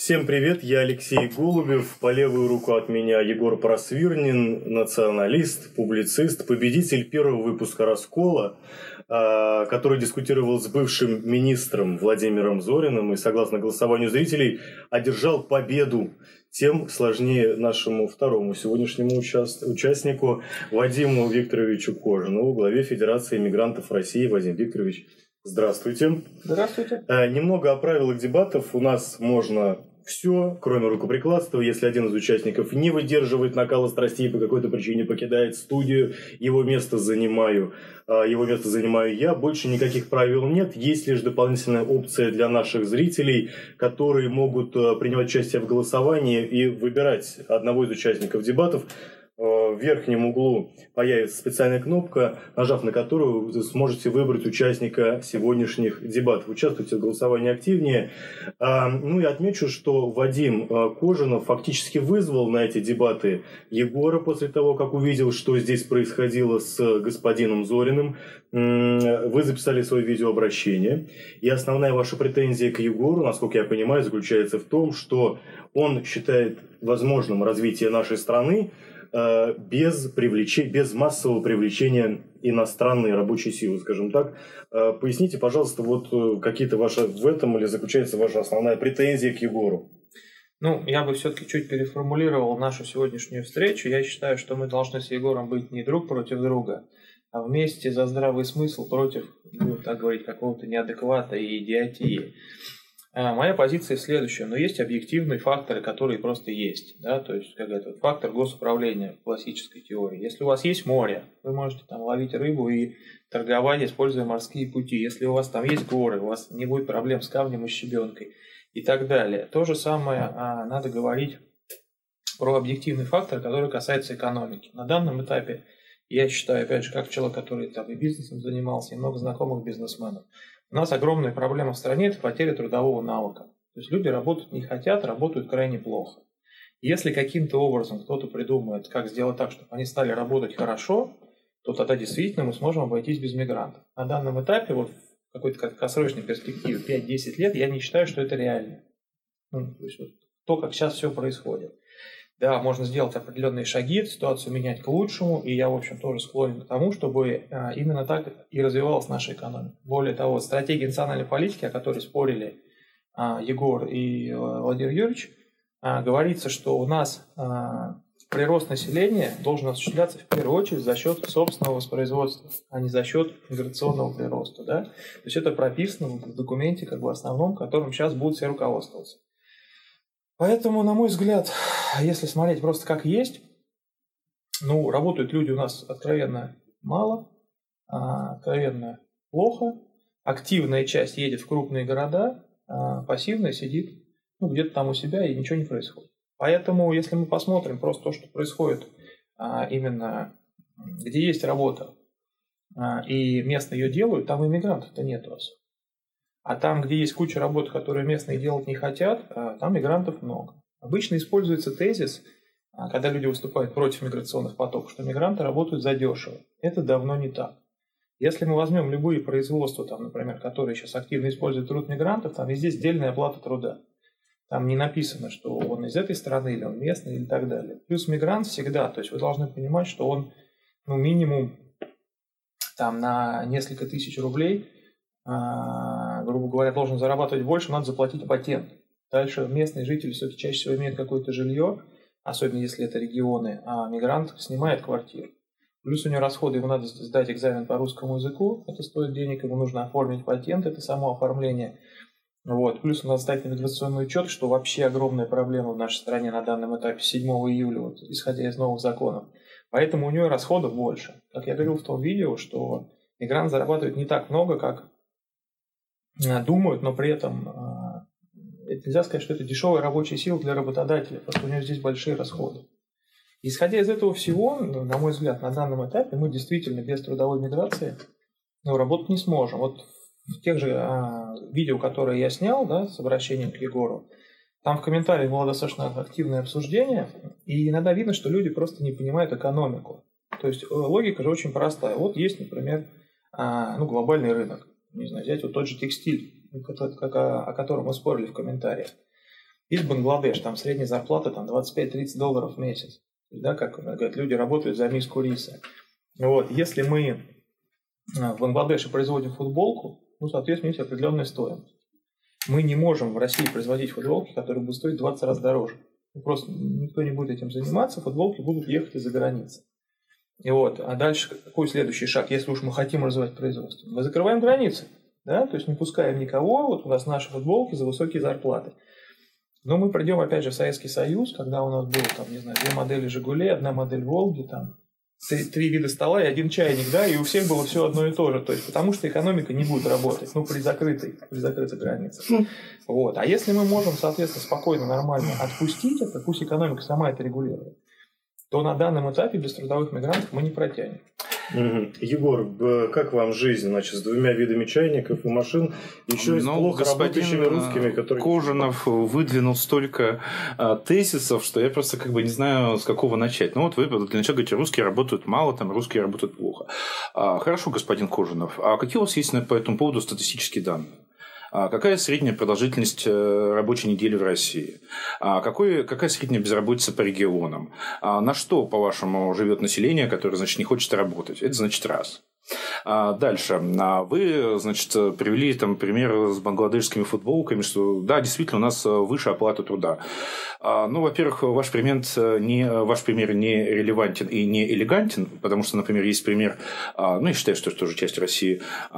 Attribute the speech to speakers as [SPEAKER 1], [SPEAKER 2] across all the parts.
[SPEAKER 1] Всем привет, я Алексей Голубев, по левую руку от меня Егор Просвирнин, националист, публицист, победитель первого выпуска «Раскола», который дискутировал с бывшим министром Владимиром Зориным и, согласно голосованию зрителей, одержал победу. Тем сложнее нашему второму сегодняшнему участнику Вадиму Викторовичу Кожинову, главе Федерации эмигрантов России. Вадим Викторович, здравствуйте.
[SPEAKER 2] Здравствуйте.
[SPEAKER 1] Немного о правилах дебатов. У нас можно все, кроме рукоприкладства. Если один из участников не выдерживает накала страстей, по какой-то причине покидает студию, его место занимаю я. Больше никаких правил нет. Есть лишь дополнительная опция для наших зрителей, которые могут принимать участие в голосовании и выбирать одного из участников дебатов. В верхнем углу появится специальная кнопка, нажав на которую вы сможете выбрать участника сегодняшних дебатов. Участвуйте в голосовании активнее. И отмечу, что Вадим Кожинов фактически вызвал на эти дебаты Егора после того, как увидел, что здесь происходило с господином Зориным. Вы записали свое видеообращение. И основная ваша претензия к Егору, насколько я понимаю, заключается в том, что он считает возможным развитие нашей страны без массового привлечения иностранной рабочей силы, скажем так. Поясните, пожалуйста, какие-то ваши в этом или заключается ваша основная претензия к Егору?
[SPEAKER 2] Я бы все-таки чуть переформулировал нашу сегодняшнюю встречу. Я считаю, что мы должны с Егором быть не друг против друга, а вместе за здравый смысл против, будем так говорить, какого-то неадеквата и идиотии. Моя позиция следующая. Есть объективные факторы, которые просто есть. Да? То есть, фактор госуправления в классической теории. Если у вас есть море, вы можете там ловить рыбу и торговать, используя морские пути. Если у вас там есть горы, у вас не будет проблем с камнем и щебенкой и так далее. То же самое надо говорить про объективный фактор, который касается экономики. На данном этапе, я считаю, опять же, как человек, который там и бизнесом занимался, и много знакомых бизнесменов, у нас огромная проблема в стране – это потеря трудового навыка. То есть люди работать не хотят, работают крайне плохо. Если каким-то образом кто-то придумает, как сделать так, чтобы они стали работать хорошо, то тогда действительно мы сможем обойтись без мигрантов. На данном этапе, в какой-то краткосрочной перспективе 5-10 лет, я не считаю, что это реально. То, как сейчас все происходит. Да, можно сделать определенные шаги, эту ситуацию менять к лучшему, и я, в общем, тоже склонен к тому, чтобы именно так и развивалась наша экономика. Более того, стратегия национальной политики, о которой спорили Егор и Владимир Юрьевич, говорится, что у нас прирост населения должен осуществляться в первую очередь за счет собственного воспроизводства, а не за счет миграционного прироста. Да? То есть это прописано в документе основном, которым сейчас будут все руководствоваться. Поэтому, на мой взгляд, если смотреть просто как есть, работают люди у нас откровенно мало, откровенно плохо, активная часть едет в крупные города, пассивная сидит где-то там у себя и ничего не происходит. Поэтому, если мы посмотрим просто то, что происходит именно где есть работа, и местные ее делают, там иммигрантов-то нету особо. А там, где есть куча работ, которые местные делать не хотят, там мигрантов много. Обычно используется тезис, когда люди выступают против миграционных потоков, что мигранты работают задешево. Это давно не так. Если мы возьмем любые производства, например, которые сейчас активно используют труд мигрантов, там везде сдельная оплата труда. Там не написано, что он из этой страны, или он местный, или так далее. Плюс мигрант всегда, то есть вы должны понимать, что он минимум на несколько тысяч рублей, грубо говоря, должен зарабатывать больше, надо заплатить патент. Дальше местные жители все-таки чаще всего имеют какое-то жилье, особенно если это регионы, а мигрант снимает квартиру. Плюс у него расходы, ему надо сдать экзамен по русскому языку, это стоит денег, ему нужно оформить патент, это само оформление. Плюс надо сдать миграционный учет, что вообще огромная проблема в нашей стране на данном этапе 7 июля, исходя из новых законов. Поэтому у него расходов больше. Как я говорил в том видео, что мигрант зарабатывает не так много, как думают, но при этом это нельзя сказать, что это дешевая рабочая сила для работодателя, потому что у него здесь большие расходы. Исходя из этого всего, на мой взгляд, на данном этапе мы действительно без трудовой миграции работать не сможем. В тех же видео, которые я снял, с обращением к Егору, там в комментариях было достаточно активное обсуждение, и иногда видно, что люди просто не понимают экономику. То есть логика же очень простая. Есть, например, глобальный рынок. Не знаю, взять тот же текстиль, о котором мы спорили в комментариях. Есть Бангладеш, там средняя зарплата там, $25-30 в месяц. Да, как говорят, люди работают за миску риса. Вот. Если мы в Бангладеше производим футболку, ну, соответственно, есть определенная стоимость. Мы не можем в России производить футболки, которые будут стоить в 20 раз дороже. Просто никто не будет этим заниматься, футболки будут ехать из-за границы. И вот. А дальше какой следующий шаг, если уж мы хотим развивать производство? Мы закрываем границы, да? То есть не пускаем никого, вот у нас наши футболки за высокие зарплаты. Но мы придем опять же в Советский Союз, когда у нас было там, не знаю, 2 модели «Жигулей», 1 модель «Волги», там, 3 вида стола и 1 чайник, да, и у всех было все одно и то же. То есть, потому что экономика не будет работать, ну, при закрытой границе. Вот. А если мы можем, соответственно, спокойно, нормально отпустить это, пусть экономика сама это регулирует, то на данном этапе без трудовых мигрантов мы не протянем.
[SPEAKER 1] Егор, как вам жизнь, значит, с 2 видами чайников и машин, еще и с плохо работающими русскими, которые...
[SPEAKER 3] Кожанов выдвинул столько тезисов, что я просто как бы не знаю, с какого начать. Ну вот вы для начала говорите, русские работают мало, там русские работают плохо. Хорошо, господин Кожанов, а какие у вас есть по этому поводу статистические данные? Какая средняя продолжительность рабочей недели в России? Какая средняя безработица по регионам? На что, по-вашему, живет население, которое, значит, не хочет работать? Это значит раз. Дальше. Вы, значит, привели там пример с бангладешскими футболками, что да, действительно, у нас выше оплата труда. Ну, во-первых, ваш пример не релевантен и не элегантен, потому что, например, есть пример, ну, я считаю, что это тоже часть России,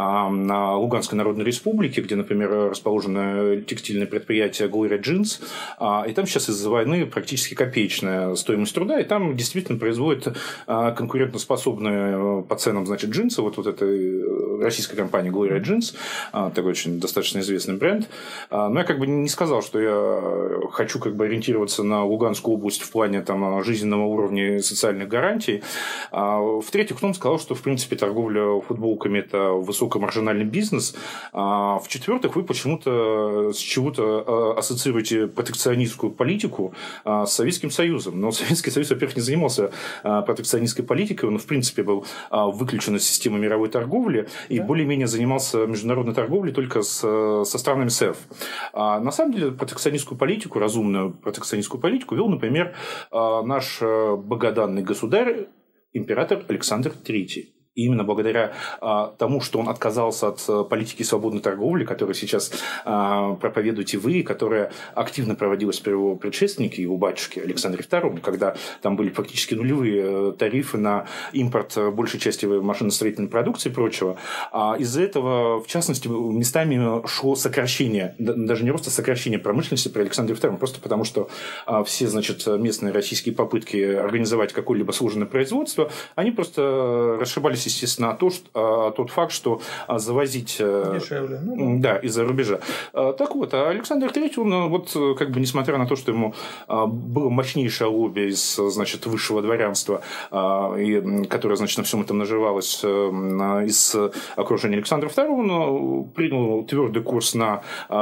[SPEAKER 3] на Луганской Народной Республике, где, например, расположено текстильное предприятие Gloria Jeans, и там сейчас из-за войны практически копеечная стоимость труда, и там действительно производят конкурентоспособные по ценам, значит, джинсы, вот эта российская компания Gloria Jeans, такой очень достаточно известный бренд. Но я как бы не сказал, что я хочу как бы ориентироваться на Луганскую область в плане там, жизненного уровня и социальных гарантий. В-третьих, он сказал, что в принципе торговля футболками – это высокомаржинальный бизнес. В-четвертых, вы почему-то с чего-то ассоциируете протекционистскую политику с Советским Союзом. Но Советский Союз, во-первых, не занимался протекционистской политикой, он в принципе был выключен из системы мировой торговли и более-менее занимался международной торговлей только со странами СЭФ. На самом деле протекционистскую политику, разумную протекционистскую политику вел, например, наш богоданный государь, император Александр III. И именно благодаря тому, что он отказался от политики свободной торговли, которую сейчас проповедуете вы, которая активно проводилась при его предшественнике, его батюшке Александре II, когда там были фактически нулевые тарифы на импорт большей части машиностроительной продукции и прочего. Из-за этого, в частности, местами шло сокращение, даже не просто сокращение промышленности при Александре II, просто потому что все, значит, местные российские попытки организовать какое-либо сложное производство, они просто расшибались, естественно, тот факт, что завозить
[SPEAKER 2] дешевле,
[SPEAKER 3] да, из-за рубежа. Так вот, Александр III, он вот как бы несмотря на то, что ему было мощнейшее лобби из, значит, высшего дворянства, которое, значит, на всем этом наживалось из окружения Александра II, он принял твердый курс на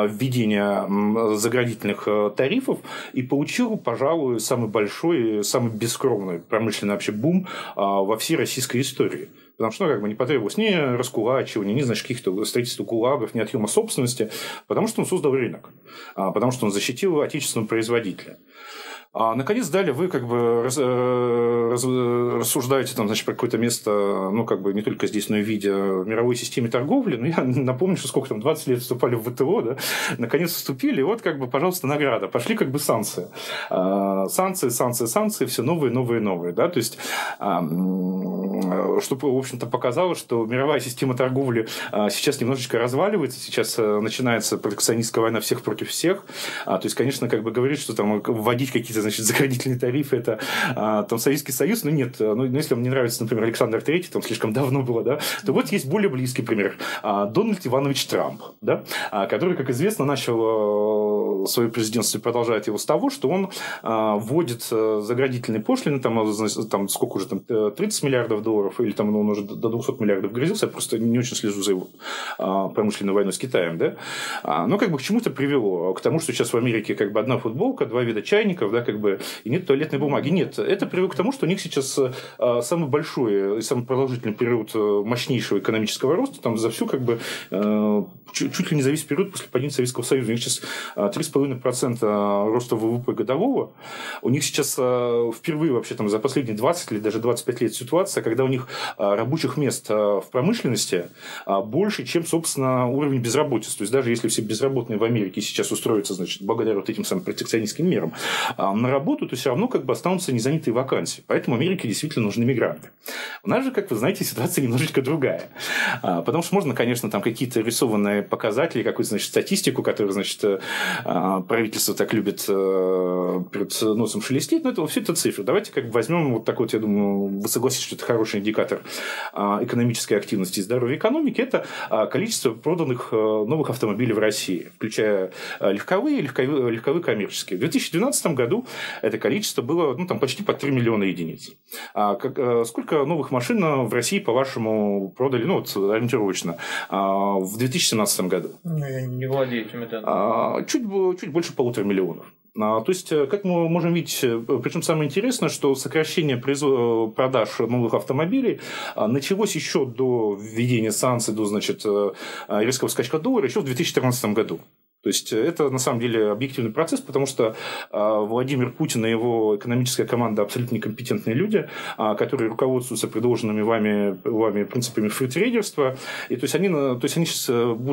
[SPEAKER 3] введение заградительных тарифов и получил, пожалуй, самый большой, самый бескровный промышленный вообще бум во всей российской истории. Потому что как бы не потребовалось ни раскулачивания, ни, значит, каких-то строительства гулагов, ни отъема собственности, потому что он создал рынок, потому что он защитил отечественного производителя. Наконец, далее вы как бы рассуждаете там, значит, про какое-то место, ну, как бы не только здесь, но и в виде в мировой системе торговли. Но я напомню, что сколько там, 20 лет вступали в ВТО, да? Наконец вступили, и вот, как бы, пожалуйста, награда. Пошли как бы санкции. Санкции, все новые, да? То есть, чтобы, в общем-то, показало, что мировая система торговли сейчас немножечко разваливается, сейчас начинается протекционистская война всех против всех. То есть, конечно, как бы говорить, что там вводить какие-то, значит, заградительные тарифы, это там Советский Союз, но нет. Ну, если вам не нравится, например, Александр III, там слишком давно было, да, то вот есть более близкий пример. Дональд Иванович Трамп, да, который, как известно, начал свое президентство и продолжает его с того, что он вводит заградительные пошлины, там сколько уже, там, 30 миллиардов долларов, или там он уже до 200 миллиардов грозился, я просто не очень слежу за его промышленной войной с Китаем, да. Но как бы к чему это привело? К тому, что сейчас в Америке как бы одна футболка, 2 вида чайников, да, как бы, и нет туалетной бумаги. Нет, это привело к тому, что у них сейчас самый большой и самый продолжительный период мощнейшего экономического роста, там за всю как бы чуть ли не за весь период после падения Советского Союза. У них сейчас 3,5% роста ВВП годового. У них сейчас впервые вообще там за последние 20 или даже 25 лет ситуация, когда у них рабочих мест в промышленности больше, чем, собственно, уровень безработицы. То есть, даже если все безработные в Америке сейчас устроятся, значит, благодаря вот этим самым протекционистским мерам на работу, то все равно как бы останутся незанятые вакансии. Поэтому Америке действительно нужны мигранты. У нас же, как вы знаете, ситуация немножечко другая. Потому что можно, конечно, там какие-то рисованные показатели, какую-то, значит, статистику, которую, значит, правительство так любит перед носом шелестеть, но это все это цифры. Давайте как бы возьмем вот такой вот, я думаю, вы согласитесь, что это хороший индикатор экономической активности и здоровья экономики, это количество проданных новых автомобилей в России, включая легковые и легковые коммерческие. В 2012 году это количество было там, почти под 3 миллиона единиц. Сколько новых машин в России, по-вашему, продали, ориентировочно, в 2017 году?
[SPEAKER 2] Я не владею этими данными.
[SPEAKER 3] Чуть больше 1,5 миллиона. То есть, как мы можем видеть, причем самое интересное, что сокращение продаж новых автомобилей началось еще до введения санкций, до, значит, резкого скачка доллара еще в 2014 году. То есть, это на самом деле объективный процесс, потому что Владимир Путин и его экономическая команда абсолютно некомпетентные люди, которые руководствуются предложенными вами принципами фритрейдерства. И то есть, они сейчас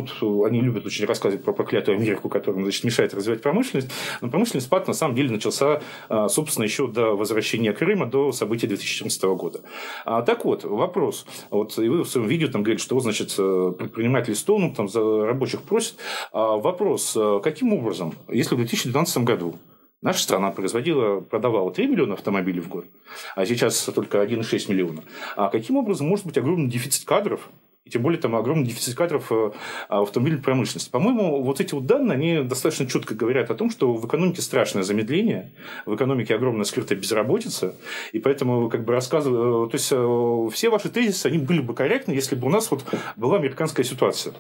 [SPEAKER 3] они любят очень рассказывать про проклятую Америку, которая, значит, мешает развивать промышленность. Но промышленный спад на самом деле начался, собственно, еще до возвращения Крыма, до событий 2014 года. Так вот, вопрос. Вот, и вы в своем видео там говорите, что, значит, предприниматели стонут, там за рабочих просят. Вопрос. Каким образом, если в 2012 году наша страна продавала 3 миллиона автомобилей в год, а сейчас только 1,6 миллиона, каким образом может быть огромный дефицит кадров, и тем более там огромный дефицит кадров в автомобильной промышленности? По-моему, вот эти вот данные, они достаточно четко говорят о том, что в экономике страшное замедление, в экономике огромная скрытая безработица, и поэтому как бы рассказываю, то есть все ваши тезисы, они были бы корректны, если бы у нас вот была американская ситуация,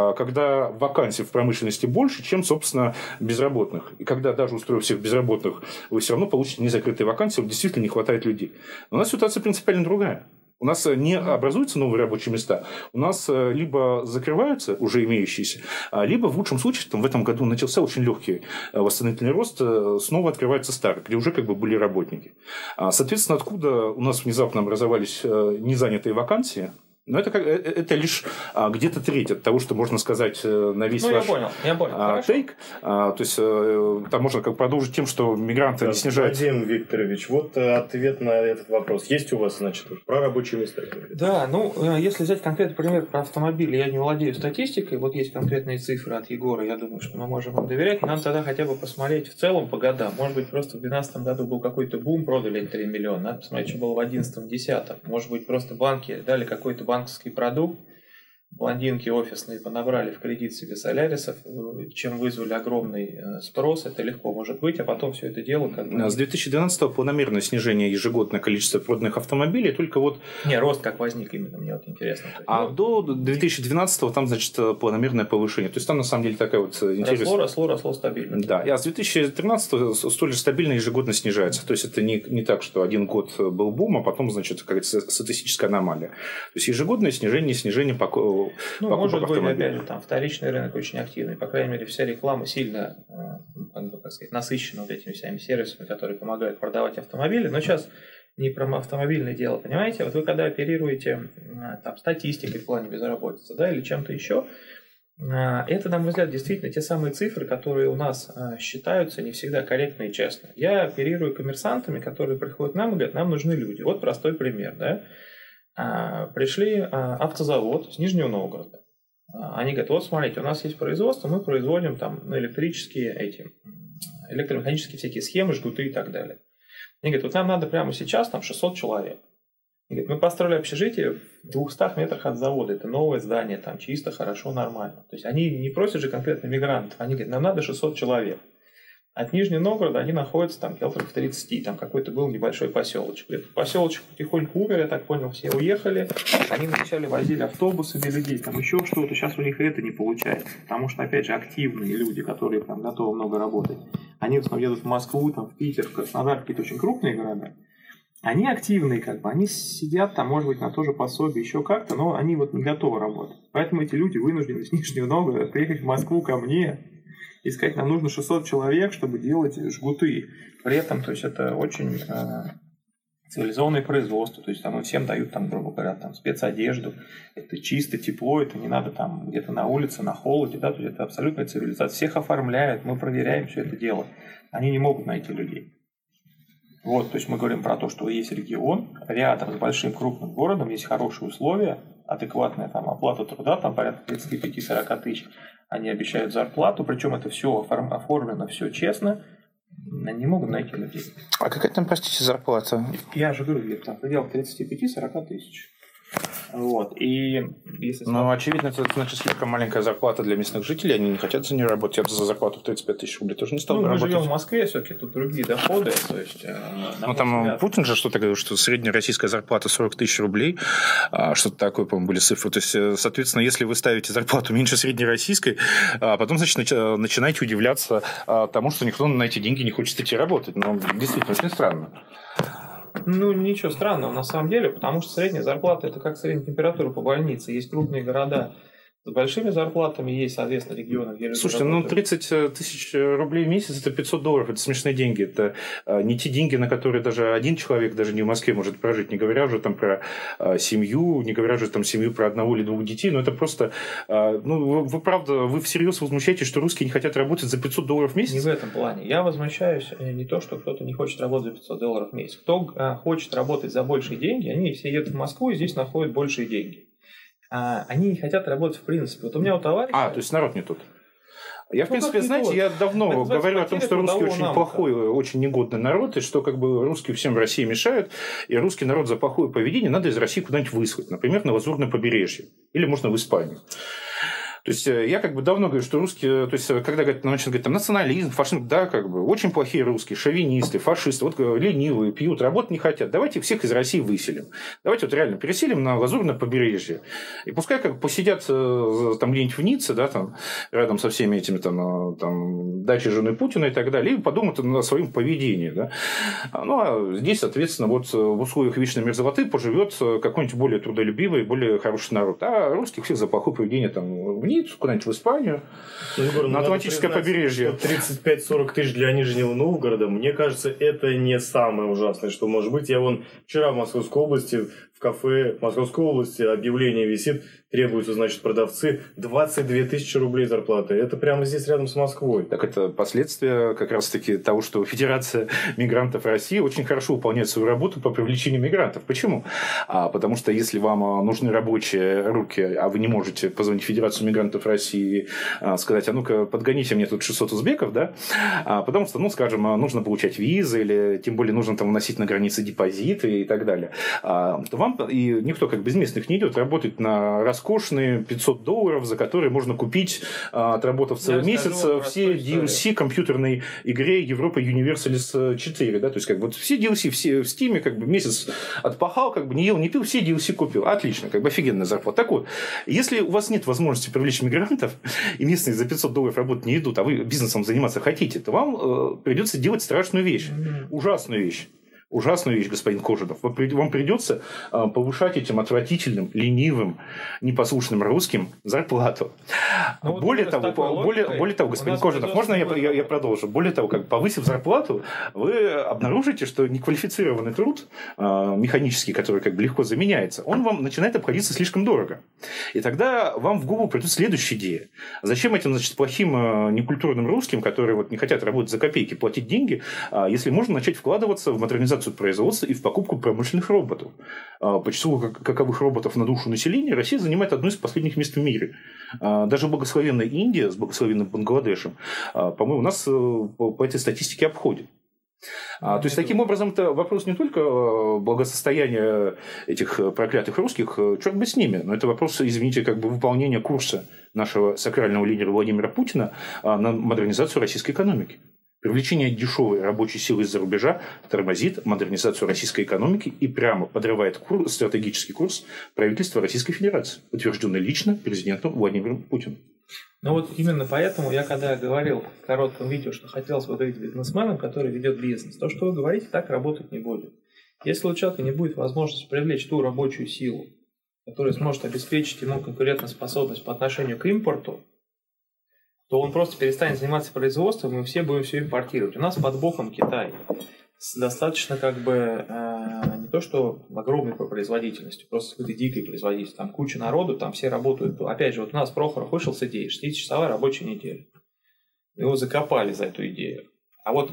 [SPEAKER 3] когда вакансий в промышленности больше, чем, собственно, безработных. И когда даже устроив всех безработных, вы все равно получите незакрытые вакансии, действительно не хватает людей. Но у нас ситуация принципиально другая. У нас не образуются новые рабочие места, у нас либо закрываются уже имеющиеся, либо в лучшем случае в этом году начался очень легкий восстановительный рост, снова открываются старые, где уже как бы были работники. Соответственно, откуда у нас внезапно образовались незанятые вакансии? Но это лишь где-то треть от того, что можно сказать на весь ваш тейк. То есть, там можно как продолжить тем, что мигранты не снижают.
[SPEAKER 1] Вадим Викторович, вот ответ на этот вопрос. Есть у вас, значит, про рабочие места?
[SPEAKER 2] Да, если взять конкретный пример про автомобили, я не владею статистикой, вот есть конкретные цифры от Егора, я думаю, что мы можем им доверять, нам тогда хотя бы посмотреть в целом по годам. Может быть, просто в 2012 году был какой-то бум, продали 3 миллиона, надо посмотреть, что было в 2011-2010. Может быть, просто банки дали какой-то банковский продукт, блондинки офисные понабрали в кредит себе солярисов, чем вызвали огромный спрос, это легко может быть, а потом все это дело как бы...
[SPEAKER 3] С 2012-го планомерное снижение ежегодное количества проданных автомобилей, только вот...
[SPEAKER 2] рост как возник именно, мне вот интересно.
[SPEAKER 3] До 2012-го там, значит, планомерное повышение. То есть, там на самом деле такая вот интересная...
[SPEAKER 2] Росло стабильно.
[SPEAKER 3] Да, а с 2013-го столь же стабильно ежегодно снижается. То есть, это не так, что один год был бум, а потом, значит, какая-то статистическая аномалия. То есть, ежегодное снижение
[SPEAKER 2] может быть, опять же, там вторичный рынок очень активный. По крайней мере, вся реклама сильно, насыщена вот этими всеми сервисами, которые помогают продавать автомобили. Но сейчас не про автомобильное дело, понимаете? Вот вы когда оперируете там, статистикой в плане безработицы, да, или чем-то еще, это, на мой взгляд, действительно те самые цифры, которые у нас считаются не всегда корректно и честно. Я оперирую коммерсантами, которые приходят к нам и говорят, нам нужны люди. Вот простой пример, да. Пришли автозавод с Нижнего Новгорода. Они говорят, вот смотрите, у нас есть производство, мы производим там электромеханические всякие схемы, жгуты и так далее. Они говорят, вот нам надо прямо сейчас там 600 человек. Они говорят, мы построили общежитие в 200 метрах от завода, это новое здание, там чисто, хорошо, нормально. То есть они не просят же конкретно мигрантов, они говорят, нам надо 600 человек. От Нижнего Новгорода они находятся там километров в 30, там какой-то был небольшой поселочек. Этот поселочек потихоньку умер, я так понял, все уехали. Они вначале возили автобусами людей, там еще что-то. Сейчас у них это не получается. Потому что, опять же, активные люди, которые там готовы много работать, они в основном едут в Москву, там, в Питер, в Краснодар, какие-то очень крупные города. Они активные, как бы, они сидят там, может быть, на то же пособие, еще как-то, но они вот не готовы работать. Поэтому эти люди вынуждены с Нижнего Новгорода приехать в Москву ко мне и сказать, нам нужно 600 человек, чтобы делать жгуты. При этом, то есть это очень цивилизованное производство, то есть там всем дают, там, грубо говоря, там, спецодежду, это чисто, тепло, это не надо там где-то на улице, на холоде, да, то есть это абсолютная цивилизация, всех оформляют, мы проверяем все это дело, они не могут найти людей. Вот, то есть мы говорим про то, что есть регион, рядом с большим крупным городом есть хорошие условия, адекватная там оплата труда, там порядка 35-40 тысяч, они обещают зарплату, причем это все оформлено, все честно, не могут найти людей.
[SPEAKER 3] А какая там, простите, зарплата?
[SPEAKER 2] Я же говорю, где-то в пределах 35-40 тысяч. Вот. И если
[SPEAKER 3] ну, очевидно, это значит слишком маленькая зарплата для местных жителей, они не хотят за нее работать. Я за зарплату в 35 тысяч рублей тоже не стал бы
[SPEAKER 2] мы
[SPEAKER 3] работать.
[SPEAKER 2] живем в Москве, все-таки тут другие доходы. То есть,
[SPEAKER 3] ну, там взгляд... Путин же что-то говорил, что средняя российская зарплата 40 тысяч рублей, что-то такое, по-моему, были цифры. То есть, соответственно, если вы ставите зарплату меньше средней российской, потом, значит, начинаете удивляться тому, что никто на эти деньги не хочет идти работать. Ну, действительно, очень странно.
[SPEAKER 2] Ну, ничего странного на самом деле, потому что средняя зарплата – это как средняя температура по больнице. Есть крупные города с большими зарплатами, есть, соответственно, регионы, где люди
[SPEAKER 3] Слушайте,
[SPEAKER 2] работают.
[SPEAKER 3] 30 тысяч рублей в месяц – это $500, это смешные деньги. Это не те деньги, на которые даже один человек, даже не в Москве, может прожить, не говоря уже там про семью, не говоря уже там семью про одного или двух детей, но это просто… Ну, вы правда, вы всерьез возмущаетесь, что русские не хотят работать за $500 в месяц?
[SPEAKER 2] Не в этом плане. Я возмущаюсь не то, что кто-то не хочет работать за $500 в месяц. Кто хочет работать за большие деньги, они все едут в Москву и здесь находят большие деньги. Они не хотят работать в принципе. Вот у меня у товарища…
[SPEAKER 3] то есть народ не тот. Я, в принципе, знаете, я давно говорю о том, что русский очень плохой, очень негодный народ, и что как бы русские всем в России мешают, и русский народ за плохое поведение надо из России куда-нибудь выслать, например, на Лазурное побережье, или можно в Испанию. То есть я как бы давно говорю, что русские, то есть когда начинают говорить там национализм, фашизм, да, как бы очень плохие русские, шовинисты, фашисты, вот ленивые, пьют, работать не хотят. Давайте всех из России выселим. Давайте вот реально переселим на Лазурное побережье. И пускай как бы посидят там где-нибудь в Ницце, да, там рядом со всеми этими там дачей жены Путина и так далее, и подумают о своем поведении, да. Ну а здесь, соответственно, вот в условиях вечной мерзлоты поживет какой-нибудь более трудолюбивый, более хороший народ. А русских всех за плохое поведение там в Ниццу, куда-нибудь в Испанию, на Атлантическое побережье.
[SPEAKER 1] 35-40 тысяч для Нижнего Новгорода, мне кажется, это не самое ужасное, что может быть. Я вон вчера в Московской области, в кафе в Московской области объявление висит, требуются, значит, продавцы, 22 тысячи рублей зарплаты. Это прямо здесь, рядом с Москвой.
[SPEAKER 3] Так это последствия как раз-таки того, что Федерация мигрантов России очень хорошо выполняет свою работу по привлечению мигрантов. Почему? Потому что если вам нужны рабочие руки, а вы не можете позвонить в Федерацию мигрантов России и сказать, а ну-ка, подгоните мне тут 600 узбеков, да? Потому что, ну, скажем, нужно получать визы, или тем более нужно там вносить на границе депозиты и так далее, то вам и никто как бы из местных не идет работать на роскошные $500, за которые можно купить, отработав целый месяц, все DLC компьютерной игре Европа Universalis 4. Да? То есть, как бы, вот все DLC все в Steam, как бы месяц отпахал, как бы не ел, не пил, все DLC купил. Отлично, как бы офигенная зарплата. Так вот, если у вас нет возможности привлечь мигрантов, и местные за $500 работать не идут, а вы бизнесом заниматься хотите, то вам придется делать страшную вещь, ужасную вещь. Ужасную вещь, господин Кожинов. Вам придется повышать этим отвратительным, ленивым, непослушным русским зарплату. Ну, более того, господин Кожинов, можно я продолжу? Более того, как повысив зарплату, вы обнаружите, что неквалифицированный труд, механический, который как бы легко заменяется, он вам начинает обходиться слишком дорого. И тогда вам в голову придет следующая идея. Зачем этим, значит, плохим, некультурным русским, которые вот не хотят работать за копейки, платить деньги, если можно начать вкладываться в модернизацию производства и в покупку промышленных роботов. По числу каковых роботов на душу населения Россия занимает одно из последних мест в мире. Даже благословенная Индия с благословенным Бангладешем, по-моему, у нас по этой статистике обходит. То есть, таким образом, это вопрос не только благосостояния этих проклятых русских, черт бы с ними, но это вопрос, извините, как бы выполнения курса нашего сакрального лидера Владимира Путина на модернизацию российской экономики. Привлечение дешевой рабочей силы из-за рубежа тормозит модернизацию российской экономики и прямо подрывает стратегический курс правительства Российской Федерации, утвержденный лично президентом Владимиром Путиным.
[SPEAKER 2] Ну вот именно поэтому я когда говорил в коротком видео, что хотелось бы говорить бизнесменам, который ведет бизнес, то, что вы говорите, так работать не будет. Если у человека не будет возможности привлечь ту рабочую силу, которая сможет обеспечить ему конкурентоспособность по отношению к импорту, то он просто перестанет заниматься производством, и мы все будем все импортировать. У нас под боком Китай. Достаточно не то что огромной по производительности, просто какой-то дикой производительности. Там куча народу, там все работают. Опять же, вот у нас Прохоров вышел с идеей 60-часовая рабочая неделя. Его закопали за эту идею. А вот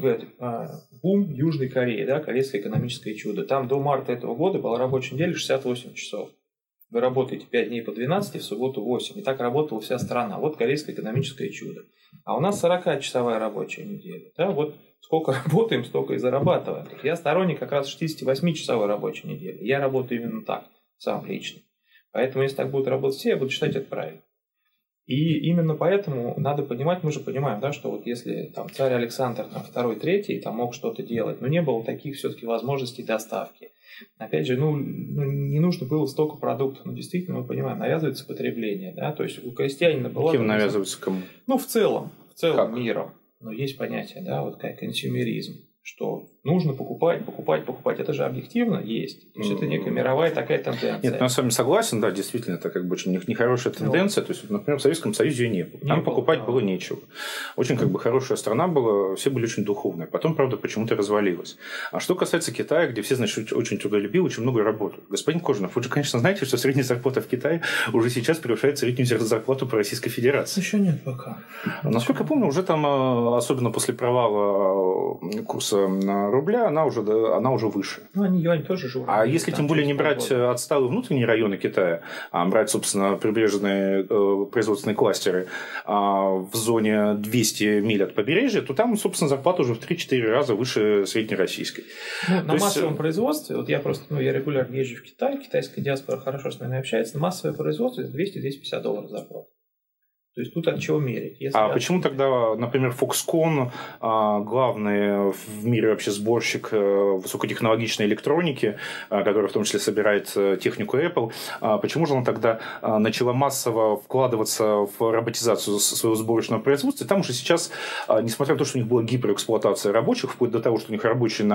[SPEAKER 2] бум Южной Кореи, да, корейское экономическое чудо. Там до марта этого года была рабочая неделя 68 часов. Вы работаете 5 дней по 12, в субботу 8. И так работала вся страна. Вот корейское экономическое чудо. А у нас 40-часовая рабочая неделя. Да, вот сколько работаем, столько и зарабатываем. Я сторонник как раз 68-часовой рабочей недели. Я работаю именно так, сам лично. Поэтому, если так будут работать все, я буду считать это правильно. И именно поэтому надо понимать, мы же понимаем, да, что вот если там царь Александр там, II, III там, мог что-то делать, но не было таких все-таки возможностей доставки. Опять же, не нужно было столько продуктов, но действительно, мы понимаем, навязывается потребление, да, то есть у крестьянина была...
[SPEAKER 3] Кем навязывается кому?
[SPEAKER 2] В целом миром. Но есть понятие, да, вот как консюмеризм, что нужно покупать. Это же объективно есть. То есть это некая мировая такая тенденция.
[SPEAKER 3] Нет, я с вами согласен, да, действительно, это как бы очень нехорошая тенденция. То есть, например, в Советском Союзе ее не было. Там покупать было нечего. Очень как бы хорошая страна была, все были очень духовные. Потом, правда, почему-то развалилась. А что касается Китая, где все, значит, очень трудолюбивы, очень много работают. Господин Кожинов, вы же, конечно, знаете, что средняя зарплата в Китае уже сейчас превышает среднюю зарплату по Российской Федерации.
[SPEAKER 2] Еще нет пока.
[SPEAKER 3] Насколько я помню, уже там, особенно после провала курса рубля, она уже выше.
[SPEAKER 2] Они юань тоже живут.
[SPEAKER 3] А если тем более не брать отсталые внутренние районы Китая, а брать, собственно, прибрежные производственные кластеры в зоне 200 миль от побережья, то там, собственно, зарплата уже в 3-4 раза выше среднероссийской.
[SPEAKER 2] На массовом производстве, вот я регулярно езжу в Китай, китайская диаспора хорошо с нами общается, на массовое производство это $200-250 зарплата. То есть тут от чего мерить.
[SPEAKER 3] Почему тогда, например, Foxconn, главный в мире вообще сборщик высокотехнологичной электроники, который в том числе собирает технику Apple, почему же она тогда начала массово вкладываться в роботизацию своего сборочного производства? И там уже сейчас, несмотря на то, что у них была гиперэксплуатация рабочих, вплоть до того, что у них рабочие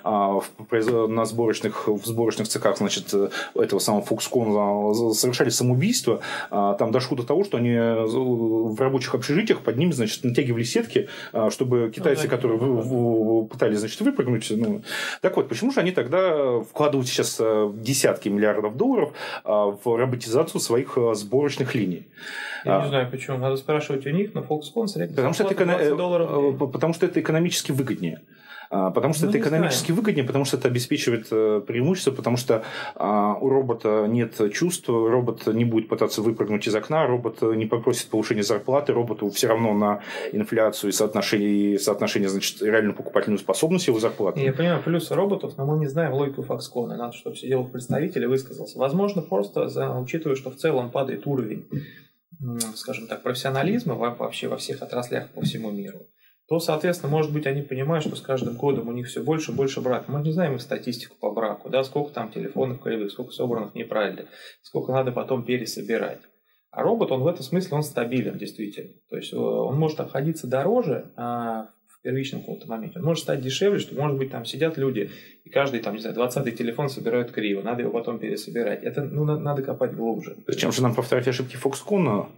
[SPEAKER 3] в сборочных цехах, значит, этого самого Foxconn совершали самоубийство, там дошло до того, что они в рабочих общежитиях под ними, значит, натягивали сетки, чтобы китайцы, которые пытались, значит, выпрыгнуть. Так вот, почему же они тогда вкладывают сейчас десятки миллиардов долларов в роботизацию своих сборочных линий?
[SPEAKER 2] Я не знаю, почему. Надо спрашивать у них, но Foxconn средняя зарплата $20.
[SPEAKER 3] Потому что это экономически выгоднее. Потому что это экономически выгоднее, потому что это обеспечивает преимущество, потому что у робота нет чувств, робот не будет пытаться выпрыгнуть из окна, робот не попросит повышения зарплаты, роботу все равно на инфляцию и соотношение значит, реальную покупательную способность его зарплаты.
[SPEAKER 2] Я понимаю плюсы роботов, но мы не знаем логику Foxconn. Надо, чтобы сидел представитель и высказался. Возможно, просто учитывая, что в целом падает уровень, скажем так, профессионализма вообще во всех отраслях по всему миру, то, соответственно, может быть, они понимают, что с каждым годом у них все больше и больше брака. Мы не знаем их статистику по браку, да, сколько там телефонов кривых, сколько собранных неправильно, сколько надо потом пересобирать. А робот, он в этом смысле, он стабилен, действительно. То есть он может обходиться дороже в первичном каком-то моменте. Он может стать дешевле, что, может быть, там сидят люди, и каждый, там, не знаю, 20-й телефон собирают криво, надо его потом пересобирать. Это, надо копать глубже.
[SPEAKER 3] Зачем же нам повторять ошибки Foxconn?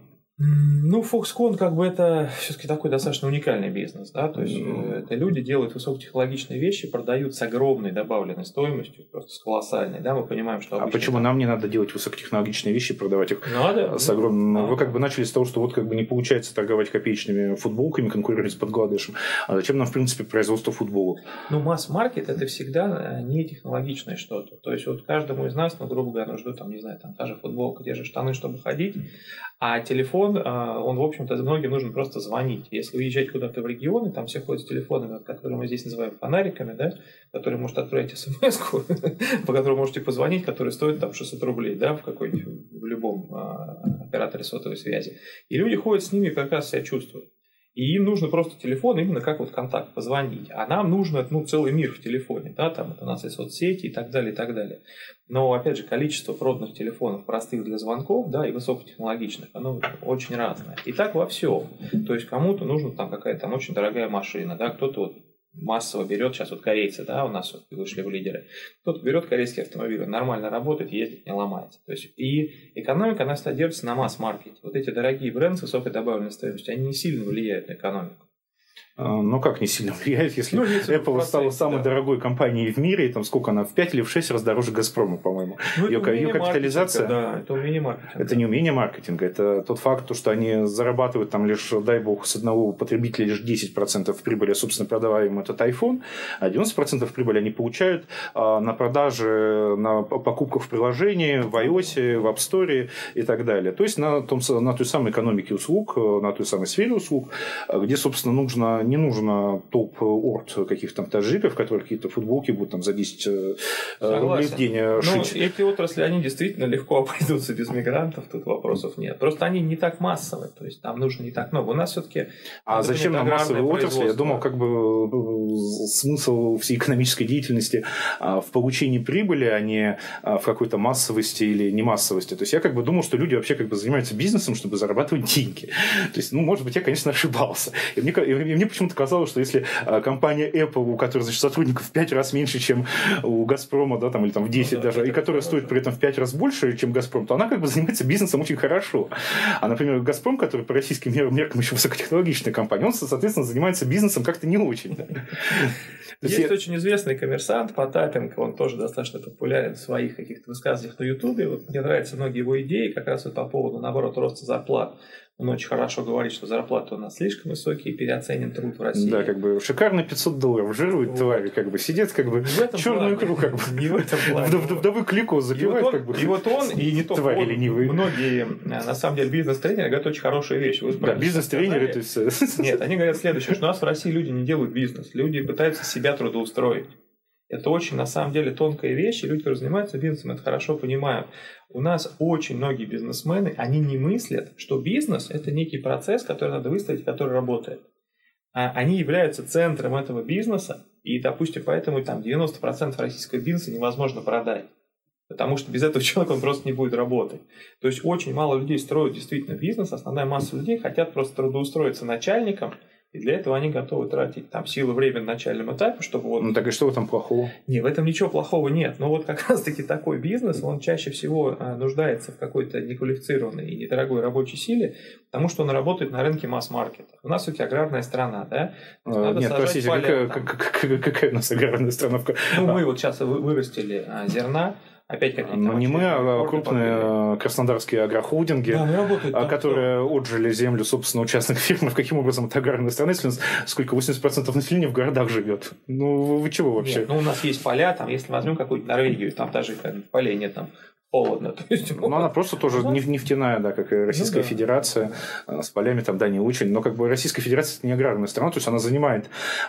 [SPEAKER 2] Foxconn как бы это все-таки такой достаточно уникальный бизнес, да, то есть это люди делают высокотехнологичные вещи, продают с огромной добавленной стоимостью, просто с колоссальной, да, мы понимаем, что...
[SPEAKER 3] почему нам не надо делать высокотехнологичные вещи, продавать их с огромным... Вы как бы начали с того, что вот как бы не получается торговать копеечными футболками, конкурировать с Бангладешем, а зачем нам, в принципе, производство футбола?
[SPEAKER 2] Масс-маркет это всегда не технологичное что-то, то есть вот каждому из нас, грубо говоря, нужно там, не знаю, там та же футболка, те же штаны, чтобы ходить, а телефон, он, в общем-то, многим нужно просто звонить. Если уезжать куда-то в регионы, там все ходят с телефонами, которые мы здесь называем фонариками, да, которые может отправить смс-ку, по которой можете позвонить, который стоит там 600 рублей, да, в любом операторе сотовой связи. И люди ходят с ними и как раз себя чувствуют. И им нужно просто телефон именно как вот контакт, позвонить. А нам нужно целый мир в телефоне. Да? Там у нас есть соцсети и так далее, и так далее. Но, опять же, количество проданных телефонов простых для звонков, да, и высокотехнологичных, оно очень разное. И так во всем. То есть, кому-то нужна там какая-то очень дорогая машина, да, кто-то массово берет, сейчас вот корейцы, да, у нас вот вышли в лидеры, кто-то берет корейский автомобиль, он нормально работает, ездит, не ломается. То есть и экономика, она содержится на масс-маркете. Вот эти дорогие бренды с высокой добавленной стоимостью, они не сильно влияют на экономику.
[SPEAKER 3] Ну, как не сильно влияет, если Apple стала самой дорогой компанией в мире, и там сколько она, в 5 или в 6 раз дороже Газпрома, по-моему. Ее капитализация...
[SPEAKER 2] Да, это умение маркетинга.
[SPEAKER 3] Это не умение маркетинга, это тот факт, что они зарабатывают там лишь, дай бог, с одного потребителя лишь 10% прибыли, собственно, продаваемый этот iPhone, а 90% прибыли они получают на продаже, на покупках в приложении, в iOS, в App Store и так далее. То есть на той самой экономике услуг, на той самой сфере услуг, где, собственно, не нужно топ-орд каких-то там таджиков, которые какие-то футболки будут там за 10 рублей в день шить.
[SPEAKER 2] Ну, эти отрасли, они действительно легко обойдутся без мигрантов, тут вопросов нет. Просто они не так массовые, то есть там нужно не так много. У нас все-таки...
[SPEAKER 3] А зачем нам массовые отрасли? Я думал, как бы смысл всей экономической деятельности в получении прибыли, а не в какой-то массовости или не массовости. То есть я как бы думал, что люди вообще как бы занимаются бизнесом, чтобы зарабатывать деньги. То есть, ну, может быть, я, конечно, ошибался. И мне почему-то казалось, что если компания Apple, у которой, значит, сотрудников в 5 раз меньше, чем у Газпрома, да, там, или там в 10 даже, и которая стоит при этом в 5 раз больше, чем Газпром, то она как бы занимается бизнесом очень хорошо. А, например, Газпром, который по российским меркам еще высокотехнологичная компания, он, соответственно, занимается бизнесом как-то не очень. Да?
[SPEAKER 2] Есть очень известный коммерсант Потапенко, он тоже достаточно популярен в своих каких-то высказываниях на Ютубе. Вот мне нравятся многие его идеи, как раз вот по поводу, наоборот, роста зарплат. Он очень хорошо говорит, что зарплаты у нас слишком высокие, переоценен труд в России.
[SPEAKER 3] Да, как бы шикарные $500 жируют твари, как бы сидят, как бы черную икру, как бы
[SPEAKER 2] не в этом плане.
[SPEAKER 3] Вдовы клику запивают, как бы.
[SPEAKER 2] И вот он, и не только он, многие, на самом деле, бизнес-тренеры говорят очень хорошие вещи.
[SPEAKER 3] Да, бизнес-тренеры, то есть...
[SPEAKER 2] Нет, они говорят следующее, что у нас в России люди не делают бизнес, люди пытаются себя трудоустроить. Это очень, на самом деле, тонкая вещь, и люди, которые занимаются бизнесом, это хорошо понимают. У нас очень многие бизнесмены, они не мыслят, что бизнес – это некий процесс, который надо выстроить, который работает. Они являются центром этого бизнеса, и, допустим, поэтому там 90% российского бизнеса невозможно продать. Потому что без этого человека он просто не будет работать. То есть очень мало людей строят действительно бизнес, основная масса людей хотят просто трудоустроиться начальником, и для этого они готовы тратить там силы, время на начальном этапе, чтобы вот...
[SPEAKER 3] Ну так и что в этом плохого?
[SPEAKER 2] Не, в этом ничего плохого нет. Но вот как раз-таки такой бизнес, он чаще всего нуждается в какой-то неквалифицированной и недорогой рабочей силе, потому что он работает на рынке масс-маркета. У нас все-таки аграрная страна, да?
[SPEAKER 3] Нет, простите, какая у нас аграрная страна?
[SPEAKER 2] Ну, мы вот сейчас вырастили зерна, опять как
[SPEAKER 3] не мы, а крупные краснодарские агрохолдинги, да, которые отжили землю, собственно, у частных фирм. Каким образом это аграрная страна, если у нас сколько, 80% населения в городах живет? Ну, вы чего вообще?
[SPEAKER 2] Нет, ну, у нас есть поля, там, если возьмем какую-то Норвегию, там даже полей нет, там холодно. То есть,
[SPEAKER 3] ну, она просто тоже нефтяная, да, как и Российская Федерация, с полями там, да, не очень. Но как бы Российская Федерация – это не аграрная страна, то есть она занимает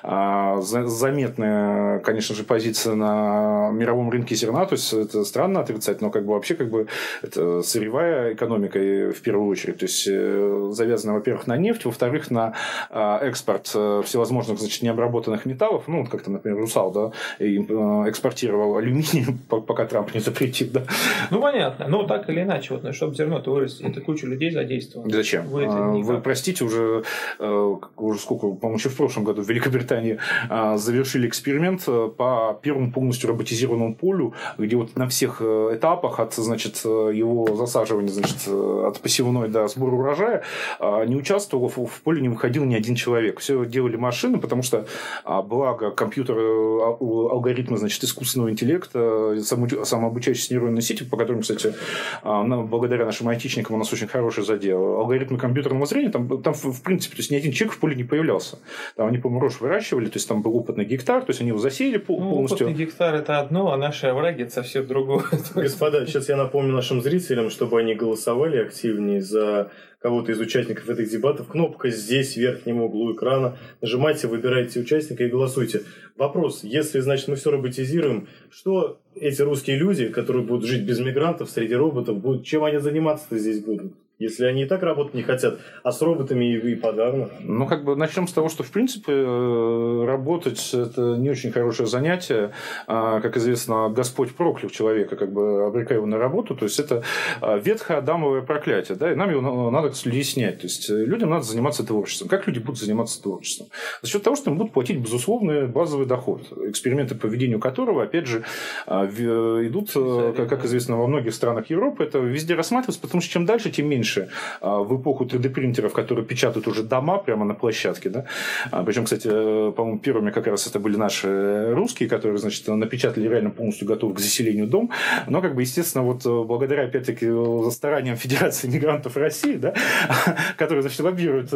[SPEAKER 3] заметная, конечно же, позиция на мировом рынке зерна, то есть это странно отрицать, но как бы вообще как бы это сырьевая экономика в первую очередь, то есть завязана, во-первых, на нефть, во-вторых, на экспорт всевозможных, значит, необработанных металлов, ну, вот как там, например, Русал, да, экспортировал алюминий, пока Трамп не запретил, да.
[SPEAKER 2] Ну, понятно. Но так или иначе, вот, чтобы зерно-то вырасти, это куча людей задействовано.
[SPEAKER 3] Зачем? Вы простите, уже сколько, по-моему, еще в прошлом году в Великобритании завершили эксперимент по первому полностью роботизированному полю, где вот на всех этапах от, значит, его засаживания, значит, от посевной до сбора урожая не участвовал, в поле не выходил ни один человек. Все делали машины, потому что благо компьютеры, алгоритмы, значит, искусственного интеллекта, самообучающиеся нейронные сети, по которым, кстати, благодаря нашим айтишникам у нас очень хороший задел. Алгоритмы компьютерного зрения, там в принципе, то есть ни один человек в поле не появлялся. Там они, по-моему, рожь выращивали, то есть там был опытный гектар, то есть они его засеяли полностью.
[SPEAKER 2] Опытный гектар – это одно, а наши овраги – это совсем другое.
[SPEAKER 1] Господа, сейчас я напомню нашим зрителям, чтобы они голосовали активнее за кого-то из участников этих дебатов. Кнопка здесь, в верхнем углу экрана. Нажимайте, выбирайте участника и голосуйте. Вопрос, если, значит, мы все роботизируем, что эти русские люди, которые будут жить без мигрантов среди роботов, будут, чем они заниматься-то здесь будут? Если они и так работать не хотят, а с роботами и подавно.
[SPEAKER 3] Ну, как бы начнем с того, что, в принципе, работать – это не очень хорошее занятие. Как известно, Господь проклял человека, как бы обрекая его на работу. То есть, это ветхое адамовое проклятие, да, и нам его надо с людей снять. То есть, людям надо заниматься творчеством. Как люди будут заниматься творчеством? За счет того, что им будут платить безусловный базовый доход, эксперименты по ведению которого, опять же, идут, как известно, во многих странах Европы. Это везде рассматривается, потому что чем дальше, тем меньше в эпоху 3D-принтеров, которые печатают уже дома прямо на площадке. Да? Причем, кстати, по-моему, первыми как раз это были наши русские, которые, значит, напечатали реально полностью готовый к заселению дом. Но, как бы, естественно, вот благодаря, опять-таки, стараниям Федерации мигрантов России, да, которые, значит, лоббируют,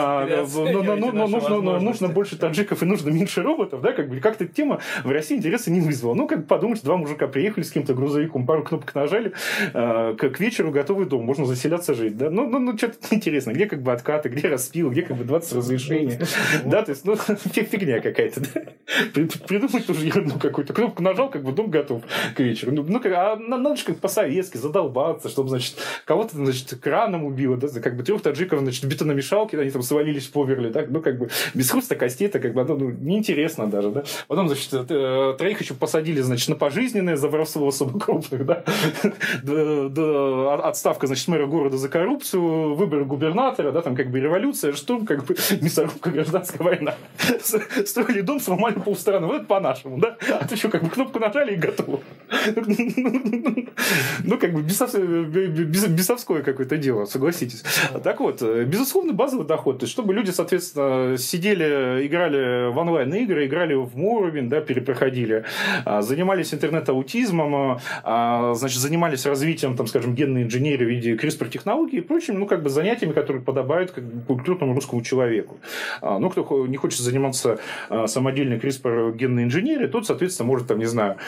[SPEAKER 3] нужно больше таджиков и нужно меньше роботов, да, как бы, как-то эта тема в России интереса не вызвала. Ну, как подумать, два мужика приехали с каким-то грузовиком, пару кнопок нажали, к вечеру готовый дом, можно заселяться, жить, да, ну что-то интересно, где как бы откаты, где распил, где как бы 20 разрешений, да, то есть, ну, фигня какая-то, да, придумать тоже ерунду какую-то, кнопку нажал, как бы дом готов к вечеру, надо же как по-советски задолбаться, чтобы, значит, кого-то, значит, краном убило, да, как бы 3 таджиков, значит, бетономешалки, они там свалились в поверли, да, ну, как бы, без хруста костей-то, как бы, неинтересно даже, да, потом, значит, 3 еще посадили, значит, на пожизненное за воровство особо крупных, да, отставка, значит, мэра города за коррупцию, выборы губернатора, да, там как бы революция, штурм, как бы мясорубка, гражданская война. Строили дом, сломали полстраны. Вот это по-нашему, да? А то еще как бы кнопку нажали и готово. Ну, как бы бесовское какое-то дело, согласитесь. Так вот, безусловно, базовый доход. То есть, чтобы люди, соответственно, сидели, играли в онлайн-игры, играли в Morrowind, да, перепроходили, занимались интернет-аутизмом, значит, занимались развитием, там, скажем, генной инженерии в виде CRISPR-технологий и прочими, ну, как бы занятиями, которые подобают как бы культурному русскому человеку. Ну, кто не хочет заниматься самодельной CRISPR-генной инженерией, тот, соответственно, может, там, не знаю,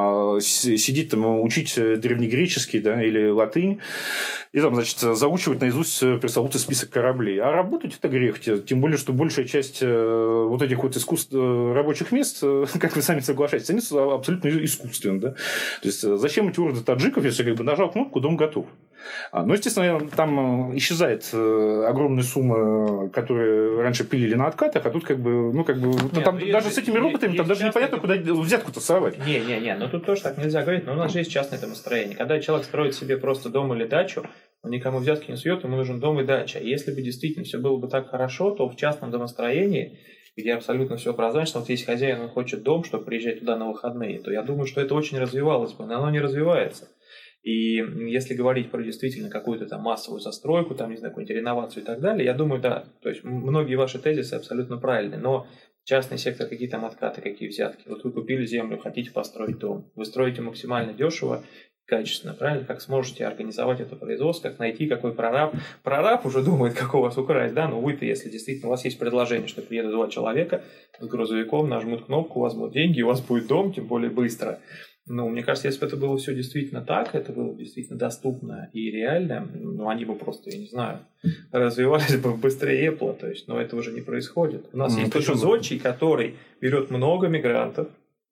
[SPEAKER 3] сидеть там, учить древнегреческий, да, или латынь, и там, значит, заучивать наизусть пресловутый список кораблей. А работать это грех, тем более, что большая часть вот этих вот рабочих мест, как вы сами соглашаетесь, они абсолютно искусственны, да. То есть, зачем эти орды таджиков, если как бы нажал кнопку, дом готов. Ну, естественно, там исчезает огромные суммы, которые раньше пилили на откатах, а тут как бы, ну, как бы, нет, там даже с этими роботами там даже непонятно, куда взятку-то совать.
[SPEAKER 2] Не, ну тут тоже так нельзя говорить, но у нас же есть частное домостроение. Когда человек строит себе просто дом или дачу, он никому взятки не сует, ему нужен дом и дача. Если бы действительно все было бы так хорошо, то в частном домостроении, где абсолютно все прозрачно, вот есть хозяин, он хочет дом, чтобы приезжать туда на выходные, то я думаю, что это очень развивалось бы, но оно не развивается. И если говорить про действительно какую-то там массовую застройку, там, не знаю, какую-нибудь реновацию и так далее, я думаю, да, то есть многие ваши тезисы абсолютно правильны, но частный сектор, какие там откаты, какие взятки. Вот вы купили землю, хотите построить дом, вы строите максимально дешево, качественно, правильно? Как сможете организовать это производство, как найти, какой прораб. Прораб уже думает, как у вас украсть, да, но вы-то, если действительно у вас есть предложение, что приедут 2 человека с грузовиком, нажмут кнопку, у вас будут деньги, у вас будет дом, тем более быстро. Ну, мне кажется, если бы это было все действительно так, это было действительно доступно и реально, ну, они бы просто, я не знаю, развивались бы быстрее Apple, то есть, но это уже не происходит. У нас есть тоже зодчий, который берет много мигрантов,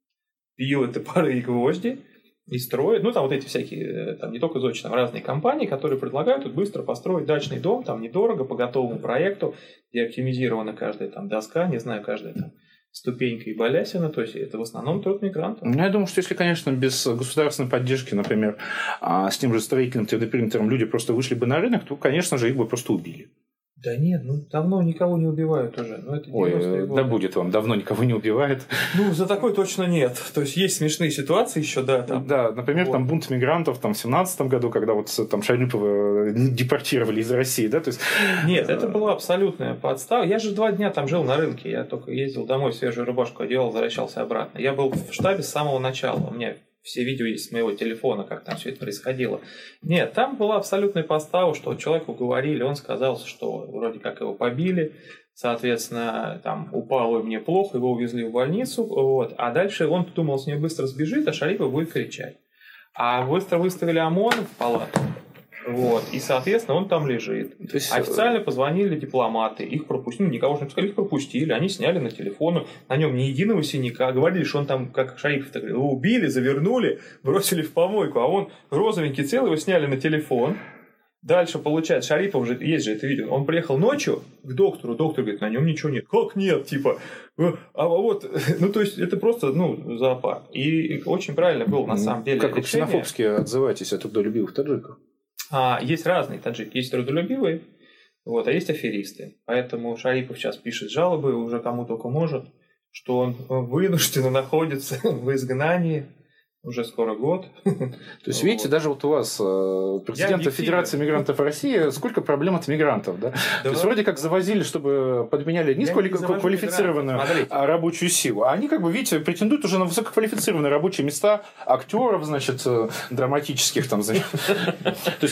[SPEAKER 2] пилит топоры и гвозди и строит, ну, там вот эти всякие, там не только зодчий, там разные компании, которые предлагают тут быстро построить дачный дом, там недорого, по готовому проекту, где оптимизирована каждая там доска, не знаю, каждая там ступенька и балясина, то есть это в основном труд мигрантов.
[SPEAKER 3] Я думаю, что если, конечно, без государственной поддержки, например, с тем же строительным 3D-принтером люди просто вышли бы на рынок, то, конечно же, их бы просто убили.
[SPEAKER 2] Да нет, ну давно никого не убивают уже. Ну, это 90-е годы.
[SPEAKER 3] Да будет вам, давно никого не убивает.
[SPEAKER 2] Ну, за такой точно нет. То есть есть смешные ситуации еще, да. Там.
[SPEAKER 3] Да, например, вот. Там бунт мигрантов там, в 2017 году, когда вот там Шарипова депортировали из России, да? То есть...
[SPEAKER 2] Нет, это была абсолютная подстава. Я же 2 дня там жил на рынке. Я только ездил домой, свежую рубашку одевал, возвращался обратно. Я был в штабе с самого начала. У меня все видео есть с моего телефона, как там все это происходило. Нет, там была абсолютная подстава, что человеку говорили, он сказал, что вроде как его побили, соответственно, там упало мне плохо, его увезли в больницу, вот, а дальше он думал, с ней быстро сбежит, а Шарипов будет кричать. А быстро выставили ОМОН в палату. Вот, и, соответственно, он там лежит. То есть... Официально позвонили дипломаты, их пропустили, ну, никого же не пускали, их пропустили, они сняли на телефон, на нем ни единого синяка, говорили, что он там, как Шарипов-то говорил, его убили, завернули, бросили в помойку, а он розовенький целый, его сняли на телефон, Дальше, получается, Шарипов же, есть же это видео, он приехал ночью к доктору, доктор говорит, на нем ничего нет. Как нет? Типа, а вот, ну, то есть, это просто, ну, зоопарк. И очень правильно было, на самом деле,
[SPEAKER 3] как вы ксенофобски отзываетесь от трудолюбивых таджиков?
[SPEAKER 2] Есть разные таджики, есть трудолюбивые, вот, а есть аферисты. Поэтому Шарипов сейчас пишет жалобы, уже кому только может, что он вынужденно находится в изгнании. Уже скоро год.
[SPEAKER 3] То есть, видите, даже вот у вас, президента Федерации мигрантов России, сколько проблем от мигрантов, да? То есть, вроде как завозили, чтобы подменяли низкоквалифицированную рабочую силу. А они, как бы, видите, претендуют уже на высококвалифицированные рабочие места актеров, значит, драматических там, значит. То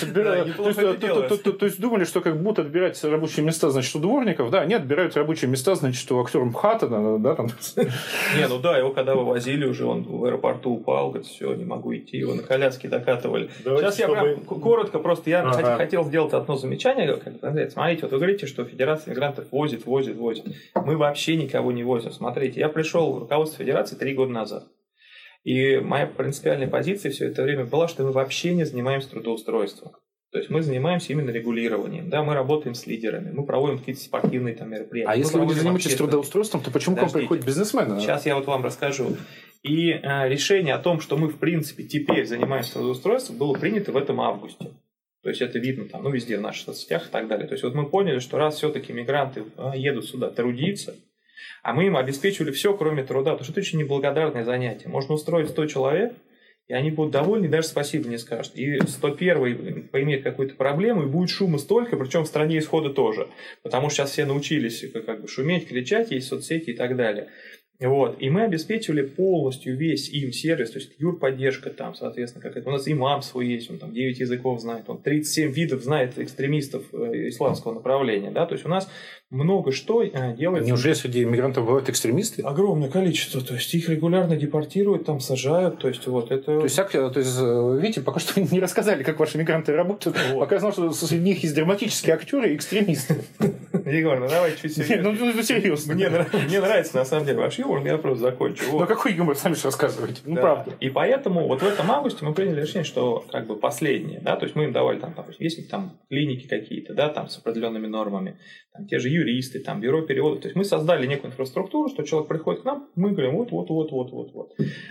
[SPEAKER 3] есть, думали, что как будут отбирать рабочие места, значит, у дворников, да, они отбирают рабочие места, значит, у актера МХАТа, да, там.
[SPEAKER 2] Не, ну да, его когда вывозили уже, он в аэропорту упал, говорит, все, не могу идти, его на коляске докатывали. Давайте, сейчас я прям коротко, просто я хотел сделать одно замечание. Смотрите, вот вы говорите, что Федерация мигрантов возит. Мы вообще никого не возим. Смотрите, я пришел в руководство Федерации 3 года назад. И моя принципиальная позиция все это время была, что мы вообще не занимаемся трудоустройством. То есть мы занимаемся именно регулированием, да, мы работаем с лидерами, мы проводим какие-то спортивные там мероприятия.
[SPEAKER 3] А если вы не занимаетесь трудоустройством, то почему к вам приходят бизнесмены?
[SPEAKER 2] Сейчас я вот вам расскажу. И решение о том, что мы в принципе теперь занимаемся трудоустройством, было принято в этом августе. То есть это видно там, ну, везде в наших соцсетях и так далее. То есть вот мы поняли, что раз все-таки мигранты едут сюда трудиться, а мы им обеспечивали все, кроме труда, потому что это очень неблагодарное занятие. Можно устроить 100 человек, и они будут довольны, и даже спасибо не скажут. И 101-й поимеет какую-то проблему, и будет шума столько, причем в стране исхода тоже. Потому что сейчас все научились как бы шуметь, кричать, есть соцсети и так далее. Вот. И мы обеспечивали полностью весь им сервис, то есть юрподдержка там, соответственно, какая-то. У нас имам свой есть, он там 9 языков знает, он 37 видов знает экстремистов исламского направления, да, то есть у нас много что делается.
[SPEAKER 3] Неужели среди иммигрантов бывают экстремисты?
[SPEAKER 2] Огромное количество, то есть их регулярно депортируют, там сажают, то есть вот это...
[SPEAKER 3] То есть, видите, пока что не рассказали, как ваши мигранты работают, вот. Пока я знал, что среди них есть драматические актеры и экстремисты.
[SPEAKER 2] Егор, ну давай чуть серьезно.
[SPEAKER 3] Ну серьезно.
[SPEAKER 2] Мне нравится на самом деле ваш юмор, я просто закончу.
[SPEAKER 3] Ну какой юмор, сами же рассказываете, ну правда.
[SPEAKER 2] И поэтому вот в этом августе мы приняли решение, что как бы последнее, да, то есть мы им давали там, есть там клиники какие-то, да, там с определенными нормами, там те же юристы, там бюро переводов, то есть мы создали некую инфраструктуру, что человек приходит к нам, мы говорим вот.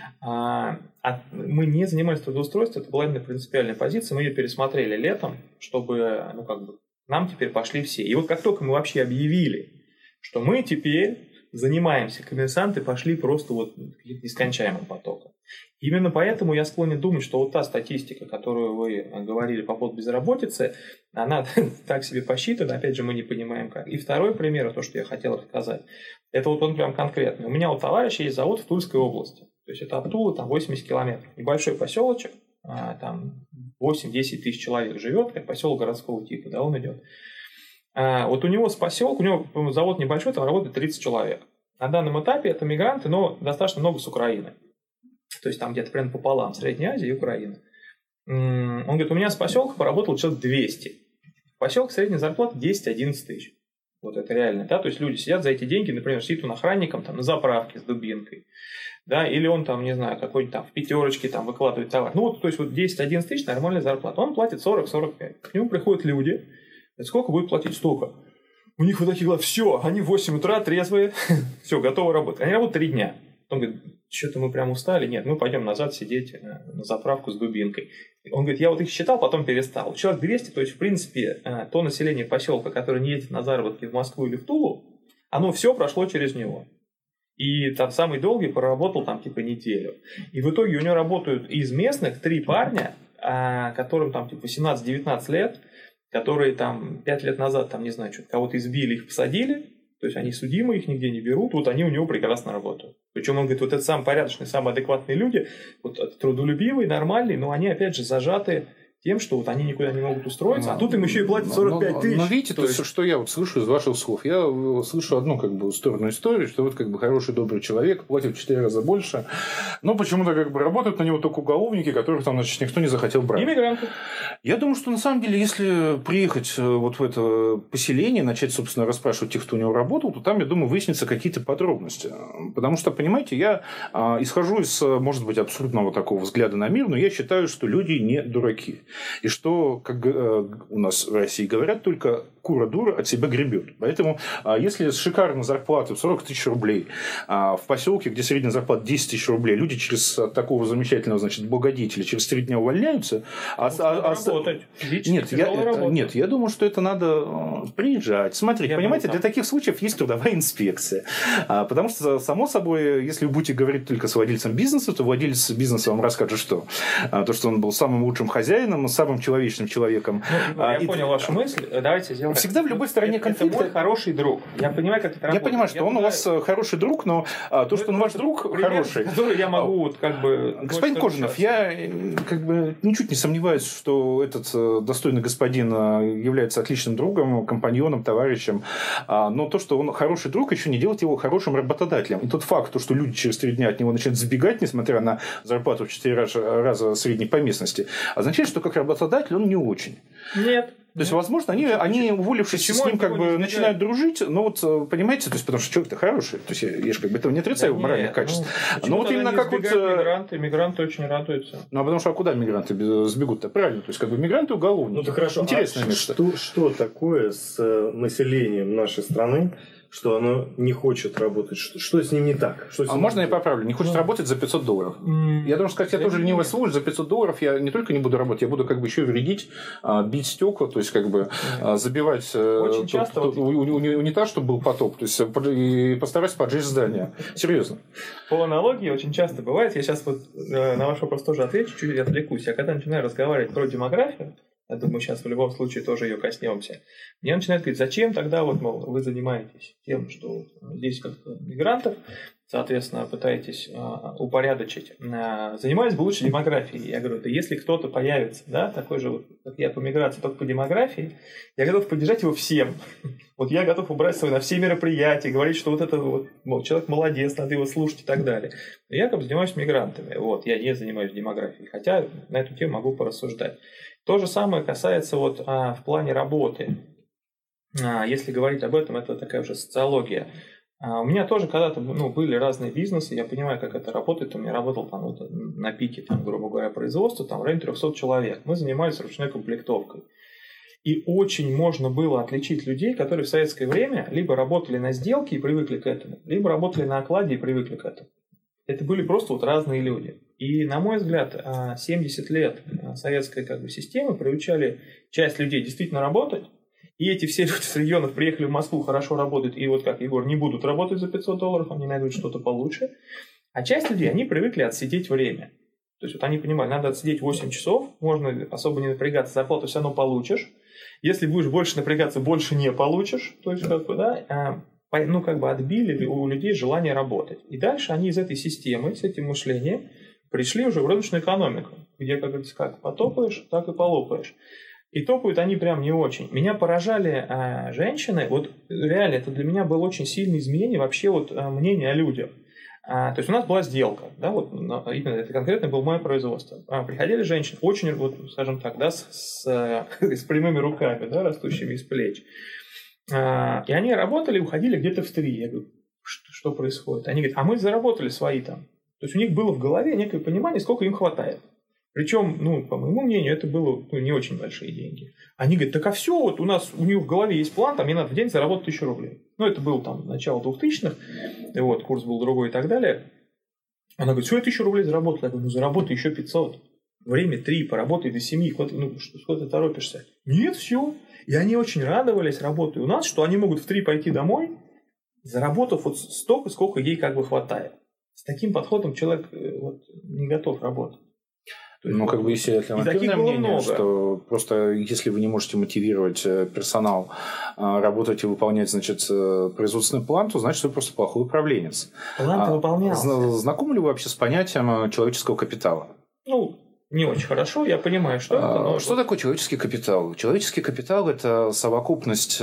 [SPEAKER 2] Мы не занимались трудоустройством, это была именно принципиальная позиция, мы ее пересмотрели летом, чтобы, ну как бы, нам теперь пошли все. И вот как только мы вообще объявили, что мы теперь занимаемся, коммерсанты пошли просто вот нескончаемым потоком. Именно поэтому я склонен думать, что вот та статистика, которую вы говорили по поводу безработицы, она так себе посчитана, опять же, мы не понимаем как. И второй пример, то, что я хотел рассказать, это вот он прям конкретный. У меня у товарища есть завод в Тульской области, то есть это от Тулы там 80 километров, небольшой поселочек, там 8-10 тысяч человек живет, как поселок городского типа, да, он идет. Вот у него с поселка, у него завод небольшой, там работает 30 человек. На данном этапе это мигранты, но достаточно много с Украины. То есть там где-то примерно пополам Средняя Азия и Украина. Он говорит, у меня с поселка поработал человек 200. В поселке средняя зарплата 10-11 тысяч. Вот это реально, да, то есть люди сидят за эти деньги, например, сидит он охранником там, на заправке с дубинкой, да, или он там, не знаю, какой-нибудь там в пятерочке там выкладывает товар. Ну вот, то есть вот 10-11 тысяч нормальная зарплата. Он платит 40-45. К нему приходят люди. Сколько будет платить? Столько. У них вот такие глаза. Все, они в 8 утра трезвые. Все, готовы работать. Они работают 3 дня. Он говорит, что-то мы прям устали. Нет, мы пойдем назад сидеть на заправку с дубинкой. Он говорит, я вот их считал, потом перестал. Человек 200, то есть, в принципе, то население поселка, которое не едет на заработки в Москву или в Тулу, оно все прошло через него. И там самый долгий проработал там типа неделю. И в итоге у него работают из местных 3 парня, которым там типа 18-19 лет, которые там 5 лет назад, там, не знаю, что-то кого-то избили, их посадили, то есть они судимы, их нигде не берут, вот они у него прекрасно работают. Причем он говорит, вот это самые порядочные, самые адекватные люди, вот трудолюбивые, нормальные, но они опять же зажаты тем, что вот они никуда не могут устроиться, а тут им еще и платят 45 тысяч.
[SPEAKER 3] Но видите, то есть, что я вот слышу из ваших слов? Я слышу одну как бы сторону истории, что вот как бы хороший, добрый человек, платит в 4 раза больше, но почему-то как бы работают на него только уголовники, которых там, значит, никто не захотел брать.
[SPEAKER 2] Иммигранты.
[SPEAKER 3] Я думаю, что на самом деле, если приехать вот в это поселение, начать, собственно, расспрашивать тех, кто у него работал, то там, я думаю, выяснятся какие-то подробности. Потому что, понимаете, я исхожу из, может быть, абсолютного такого взгляда на мир, но я считаю, что люди не дураки. И что, как у нас в России говорят, только кура дура от себя гребет. Поэтому, если с шикарной зарплатой в 40 тысяч рублей в поселке, где средняя зарплата 10 тысяч рублей, люди через такого замечательного, значит, благодетеля через 3 дня увольняются, Нет, я думаю, что это надо приезжать, смотреть. Понимаете, для таких случаев есть трудовая инспекция. Потому что, само собой, если вы будете говорить только с владельцем бизнеса, то владелец бизнеса вам расскажет, что? То, что он был самым лучшим хозяином, самым человечным человеком.
[SPEAKER 2] Я понял вашу мысль. Давайте сделаем.
[SPEAKER 3] Всегда в любой стороне конфликта.
[SPEAKER 2] Это мой хороший друг. Я понимаю, как это работает.
[SPEAKER 3] Я понимаю, что он у вас хороший друг, но то, что он ваш друг хороший.
[SPEAKER 2] Который я могу
[SPEAKER 3] Господин Кожинов, я ничуть не сомневаюсь, что этот достойный господин является отличным другом, компаньоном, товарищем. Но то, что он хороший друг, еще не делает его хорошим работодателем. И тот факт, что люди через 3 дня от него начинают забегать, несмотря на зарплату в 4 раза средней по местности, означает, что как работодатель он не очень.
[SPEAKER 2] Нет.
[SPEAKER 3] То есть, возможно, они уволившись с ним, начинают дружить, но вот, понимаете, то есть, потому что человек-то хороший. То есть, я же этого не отрицаю в моральных качествах.
[SPEAKER 2] Но вот именно как мигранты очень радуются.
[SPEAKER 3] Ну, а потому что куда мигранты сбегут-то? Правильно. То есть, мигранты уголовники.
[SPEAKER 1] Ну, это хорошо. Интересное место. Что такое с населением нашей страны, что оно не хочет работать? Что с ним не так?
[SPEAKER 3] Можно я поправлю? Не хочет работать за $500. Я должен сказать, я тоже ленивый служащий. За $500 я не только не буду работать, я буду еще вредить, бить стекла, то есть забивать унитаз, чтобы был потоп, то есть и постараюсь поджечь здание. Серьезно.
[SPEAKER 2] По аналогии очень часто бывает, я сейчас на ваш вопрос тоже отвечу, чуть отвлекусь. Я когда начинаю разговаривать про демографию, я думаю, сейчас в любом случае тоже ее коснемся. Мне начинают говорить, зачем тогда вы занимаетесь тем, что здесь как-то мигрантов, соответственно, пытаетесь упорядочить. Занимаюсь бы лучше демографией. Я говорю, да если кто-то появится, да, такой же, как я по миграции, только по демографии, я готов поддержать его всем. Вот я готов убрать на все мероприятия, говорить, что человек молодец, надо его слушать и так далее. Но я занимаюсь мигрантами. Я не занимаюсь демографией, хотя на эту тему могу порассуждать. То же самое касается в плане работы. Если говорить об этом, это такая уже социология. У меня тоже когда-то были разные бизнесы, я понимаю, как это работает. У меня работал на пике, грубо говоря, производства, в районе 300 человек. Мы занимались ручной комплектовкой. И очень можно было отличить людей, которые в советское время либо работали на сделке и привыкли к этому, либо работали на окладе и привыкли к этому. Это были просто разные люди. И, на мой взгляд, 70 лет советской системы приучали часть людей действительно работать. И эти все люди с регионов приехали в Москву, хорошо работают, и как Егор, не будут работать за $500, они найдут что-то получше. А часть людей, они привыкли отсидеть время. То есть они понимали, надо отсидеть 8 часов, можно особо не напрягаться, зарплату все равно получишь. Если будешь больше напрягаться, больше не получишь. То есть, отбили у людей желание работать. И дальше они из этой системы, с этим мышлением, пришли уже в рыночную экономику, где, как говорится, как потопаешь, так и полопаешь. И топают они прям не очень. Меня поражали женщины. Реально, это для меня было очень сильное изменение вообще мнения о людях. То есть у нас была сделка, да, именно это конкретно было мое производство. Приходили женщины, очень, скажем так, да, с прямыми руками, да, растущими из плеч. И они работали, уходили где-то в 3. Я говорю, что происходит? Они говорят, а мы заработали свои там. То есть у них было в голове некое понимание, сколько им хватает. Причем, по моему мнению, это было не очень большие деньги. Они говорят, так а все, у них в голове есть план, мне надо в день заработать 1000 рублей. Это было начало 2000-х, курс был другой и так далее. Она говорит, все, 1000 рублей заработала. Я говорю, заработай еще 500. Время 3, поработай до 7, что ты торопишься? Нет, все. И они очень радовались работе у нас, что они могут в 3 пойти домой, заработав столько, сколько ей хватает. С таким подходом человек не готов работать.
[SPEAKER 3] Есть альтернативное мнение, что просто если вы не можете мотивировать персонал работать и выполнять, производственный план, то значит, вы просто плохой управленец.
[SPEAKER 2] План-то выполнялся.
[SPEAKER 3] Знакомы ли вы вообще с понятием человеческого капитала?
[SPEAKER 2] не очень хорошо, я понимаю, что это. Но...
[SPEAKER 3] Что такое человеческий капитал? Человеческий капитал – это совокупность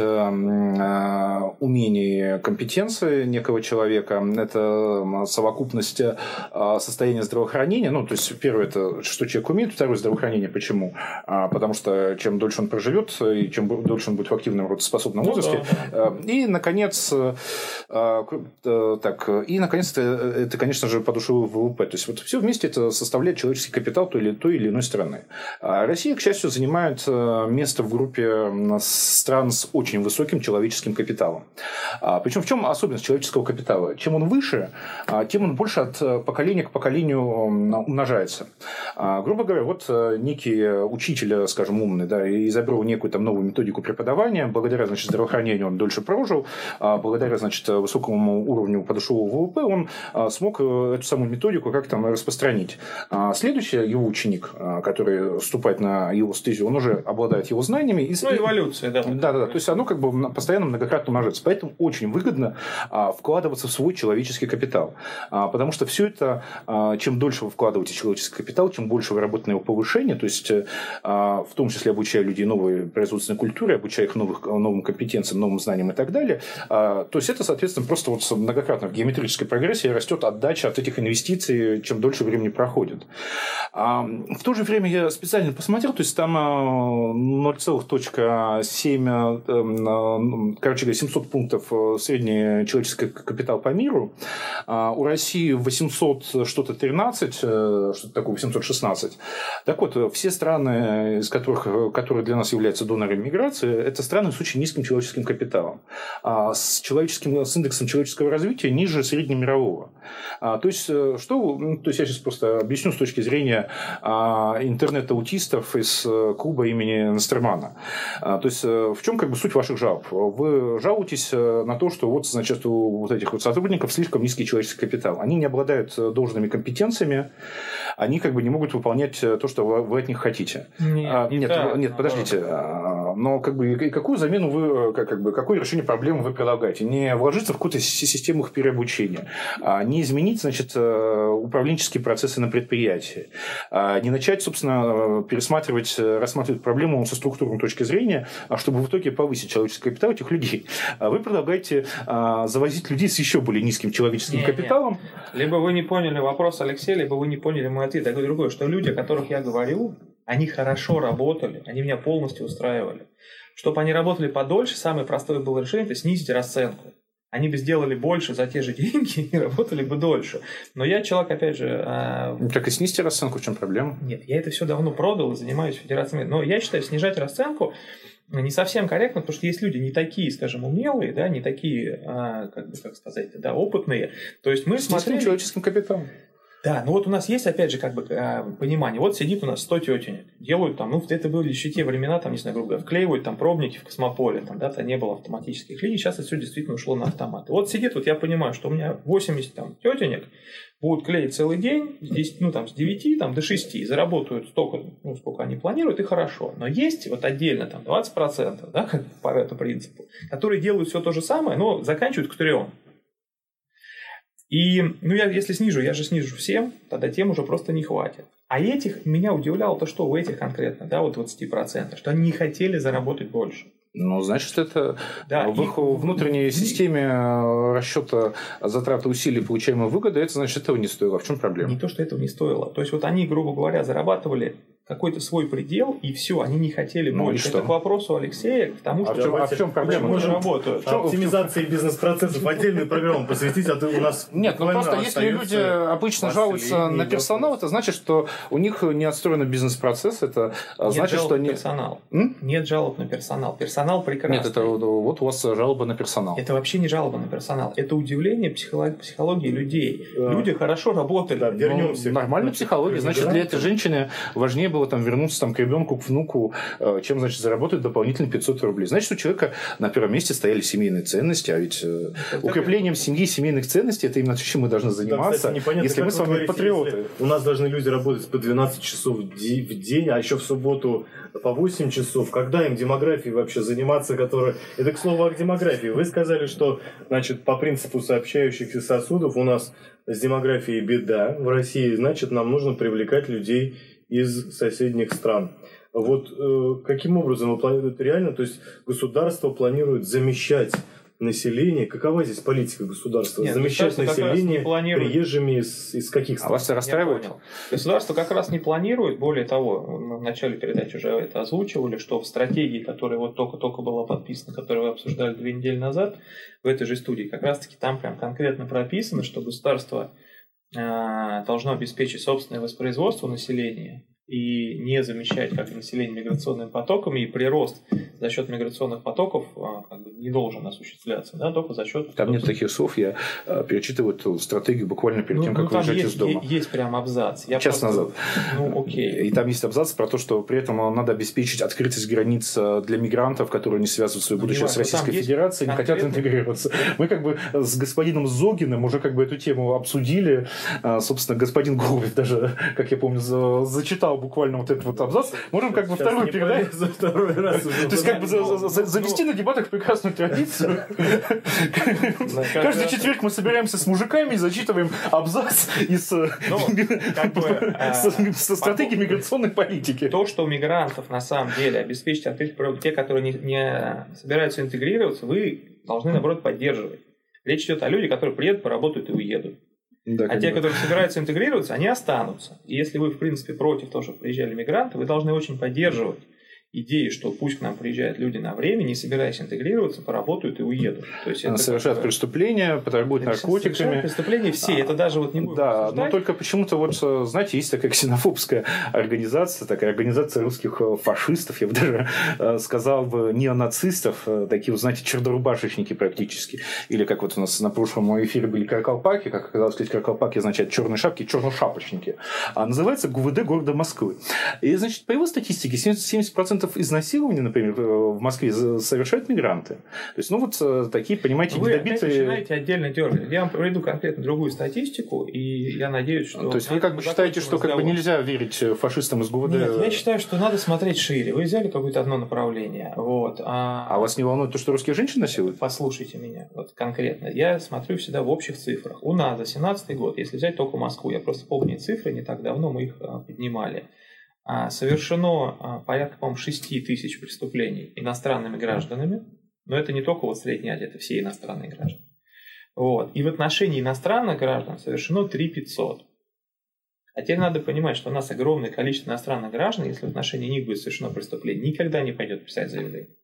[SPEAKER 3] умений, компетенций некого человека, это совокупность состояния здравоохранения. Ну, то есть, первое – это что человек умеет, второе – здравоохранение. Почему? Потому что чем дольше он проживет, и чем дольше он будет в активном работоспособном возрасте. И, наконец, это, конечно же, подушевой ВВП. То есть, вот все вместе это составляет человеческий капитал той или иной страны. Россия, к счастью, занимает место в группе стран с очень высоким человеческим капиталом. Причем в чем особенность человеческого капитала? Чем он выше, тем он больше от поколения к поколению умножается. Грубо говоря, вот некий учитель, скажем, умный, да, изобрел некую там новую методику преподавания, благодаря, значит, здравоохранению он дольше прожил, благодаря, значит, высокому уровню подушевого ВВП он смог эту самую методику как там распространить. Следующий его ученик, который вступает на его стезю, он уже обладает его знаниями.
[SPEAKER 2] Эволюция, да.
[SPEAKER 3] Да. То есть, оно как бы постоянно многократно умножается. Поэтому очень выгодно вкладываться в свой человеческий капитал. Потому что все это, чем дольше вы вкладываете в человеческий капитал, чем больше вы работаете на его повышение, то есть, в том числе обучая людей новой производственной культуре, обучая их новым компетенциям, новым знаниям и так далее, то есть, это, соответственно, просто вот многократно в геометрической прогрессии растет отдача от этих инвестиций, чем дольше времени проходит. В то же время я специально посмотрел, то есть там 0,7, короче говоря, 700 пунктов средний человеческий капитал по миру. У России 800 что-то 13, что-то такое 816. Так вот, все страны, из которые для нас являются донорами миграции, это страны с очень низким человеческим капиталом. С индексом человеческого развития ниже среднемирового. То есть я сейчас просто объясню с точки зрения интернет-аутистов из клуба имени Настермана. То есть, в чем как бы суть ваших жалоб? Вы жалуетесь на то, что вот, значит, у вот этих вот сотрудников слишком низкий человеческий капитал. Они не обладают должными компетенциями, они как бы не могут выполнять то, что вы от них хотите. Нет, подождите. Но как бы какую замену вы, какое решение проблемы вы предлагаете? Не вложиться в какую-то систему их переобучения, не изменить, значит, управленческие процессы на предприятии, не начать, собственно, рассматривать проблему со структурной точки зрения, чтобы в итоге повысить человеческий капитал этих людей. Вы предлагаете завозить людей с еще более низким человеческим капиталом.
[SPEAKER 2] Либо вы не поняли вопрос Алексея, либо вы не поняли мой ответ. Я говорю другое, что люди, о которых я говорю, они хорошо работали, они меня полностью устраивали. Чтобы они работали подольше, самое простое было решение – это снизить расценку. Они бы сделали больше за те же деньги и работали бы дольше. Но я человек, опять же...
[SPEAKER 3] Так и снизьте расценку, в чем проблема?
[SPEAKER 2] Нет, я это все давно продал и занимаюсь федерацией. Но я считаю, снижать расценку не совсем корректно, потому что есть люди не такие, скажем, умелые, да, не такие, опытные. То есть мы смотрели...
[SPEAKER 3] человеческим капиталом.
[SPEAKER 2] Да, ну вот у нас есть, опять же, понимание. Вот сидит у нас 100 тетенек, делают там, это были еще те времена, там, не знаю, грубо говоря, вклеивают там пробники в космополе, там, да, не было автоматических линий, сейчас это все действительно ушло на автомат. И вот сидит, вот я понимаю, что у меня 80 там тетенек будут клеить целый день, здесь, с 9 до 6, и заработают столько, сколько они планируют, и хорошо. Но есть вот отдельно там 20%, да, как по этому принципу, которые делают все то же самое, но заканчивают к 3. И, если снижу, я же снижу всем, тогда тем уже просто не хватит. А этих, меня удивляло то, что у этих конкретно, да, вот 20%, что они не хотели заработать больше.
[SPEAKER 3] Значит, это в их внутренней системе расчета затрат и усилий, получаемой выгоды, это значит, этого не стоило. В чем проблема?
[SPEAKER 2] Не то, что этого не стоило. То есть, вот они, грубо говоря, зарабатывали какой-то свой предел, и все, они не хотели больше. Это к вопросу Алексея, к тому, что...
[SPEAKER 3] в чем проблема?
[SPEAKER 2] Почему не работают?
[SPEAKER 1] Оптимизации бизнес-процессов отдельную программу посвятить, а ты у нас...
[SPEAKER 3] Нет, просто если люди обычно жалуются на персонал, это значит, что у них не отстроен бизнес-процесс, это значит, что они...
[SPEAKER 2] Нет жалоб на персонал. Персонал прекрасный.
[SPEAKER 3] Нет, это вот у вас жалоба на персонал.
[SPEAKER 2] Это вообще не жалоба на персонал. Это удивление психологии людей. Люди хорошо работали.
[SPEAKER 1] Да, вернемся.
[SPEAKER 3] Нормальная психология. Значит, для этой женщины важнее было вернуться к ребенку, к внуку, чем, значит, заработать дополнительные 500 рублей. Значит, у человека на первом месте стояли семейные ценности, а ведь укреплением семьи, семейных ценностей, это именно чем мы должны заниматься, если мы с вами патриоты.
[SPEAKER 1] У нас должны люди работать по 12 часов в день, а еще в субботу по 8 часов. Когда им демографией вообще заниматься, которая... Это, к слову, о демографии. Вы сказали, что, значит, по принципу сообщающихся сосудов у нас с демографией беда в России, значит, нам нужно привлекать людей из соседних стран. Вот каким образом вы планируете реально, то есть государство планирует замещать население? Какова здесь политика государства?
[SPEAKER 2] Нет,
[SPEAKER 1] замещать население приезжими из каких стран?
[SPEAKER 3] А вас расстраивает?
[SPEAKER 2] Государство как раз не планирует. Более того, мы в начале передачи уже это озвучивали, что в стратегии, которая вот только-только была подписана, которую вы обсуждали 2 недели назад, в этой же студии, как раз-таки там прям конкретно прописано, что государство должно обеспечить собственное воспроизводство населения и не замещать как население миграционными потоками, и прирост за счет миграционных потоков как бы не должен осуществляться, да, только за счет...
[SPEAKER 3] Там нет таких слов, я перечитываю эту стратегию буквально перед тем, как выезжать из дома.
[SPEAKER 2] Есть прям абзац.
[SPEAKER 3] Час назад.
[SPEAKER 2] Окей.
[SPEAKER 3] И там есть абзац про то, что при этом надо обеспечить открытость границ для мигрантов, которые не связывают свое будущее с Российской Федерацией, не хотят интегрироваться. Мы как бы с господином Зогиным уже как бы эту тему обсудили. Собственно, господин Голубев даже, как я помню, зачитал буквально вот этот вот абзац. Можем как бы вторую передать.
[SPEAKER 1] За второй раз.
[SPEAKER 3] То есть как бы завести на дебатах прекрасную традицию. Каждый четверг мы собираемся с мужиками и зачитываем абзац со стратегией миграционной политики.
[SPEAKER 2] То, что у мигрантов на самом деле обеспечить открытие, те, которые не собираются интегрироваться, вы должны, наоборот, поддерживать. Речь идет о людях, которые приедут, поработают и уедут. Да, а те, которые собираются интегрироваться, они останутся. И если вы, в принципе, против того, чтобы приезжали мигранты, вы должны очень поддерживать идеи, что пусть к нам приезжают люди на время, не собираясь интегрироваться, поработают и уедут. То есть это
[SPEAKER 3] совершают преступления, поторгуют наркотиками. Совершают
[SPEAKER 2] преступления все, это даже вот не будет.
[SPEAKER 3] Да, обсуждать. Но только почему-то, вот, знаете, есть такая ксенофобская организация, такая организация русских фашистов, я бы даже сказал бы, неонацистов, такие, вот, знаете, чернорубашечники практически. Или как вот у нас на прошлом эфире были каракалпаки, как оказалось, сказать, каракалпаки означает черные шапки, черношапочники. А называется ГУВД города Москвы. И, значит, по его статистике 70% изнасилований, например, в Москве совершают мигранты. То есть, ну, вот такие, понимаете,
[SPEAKER 2] вы
[SPEAKER 3] недобитые...
[SPEAKER 2] Вы начинаете отдельно дергать. Я вам приведу конкретно другую статистику, и я надеюсь, что...
[SPEAKER 3] То есть, вы как бы считаете, что как бы нельзя верить фашистам из ГУВД?
[SPEAKER 2] Нет, я считаю, что надо смотреть шире. Вы взяли какое-то одно направление. Вот,
[SPEAKER 3] а вас не волнует то, что русские женщины насилуют?
[SPEAKER 2] Послушайте меня вот конкретно. Я смотрю всегда в общих цифрах. У нас за 2017 год, если взять только Москву, я просто помню цифры, не так давно мы их поднимали, совершено порядка, по-моему, 6 тысяч преступлений иностранными гражданами. Но это не только вот Средняя Азия, это все иностранные граждане. Вот. И в отношении иностранных граждан совершено 3500. А теперь надо понимать, что у нас огромное количество иностранных граждан, если в отношении них будет совершено преступление, никогда не пойдет писать заявление.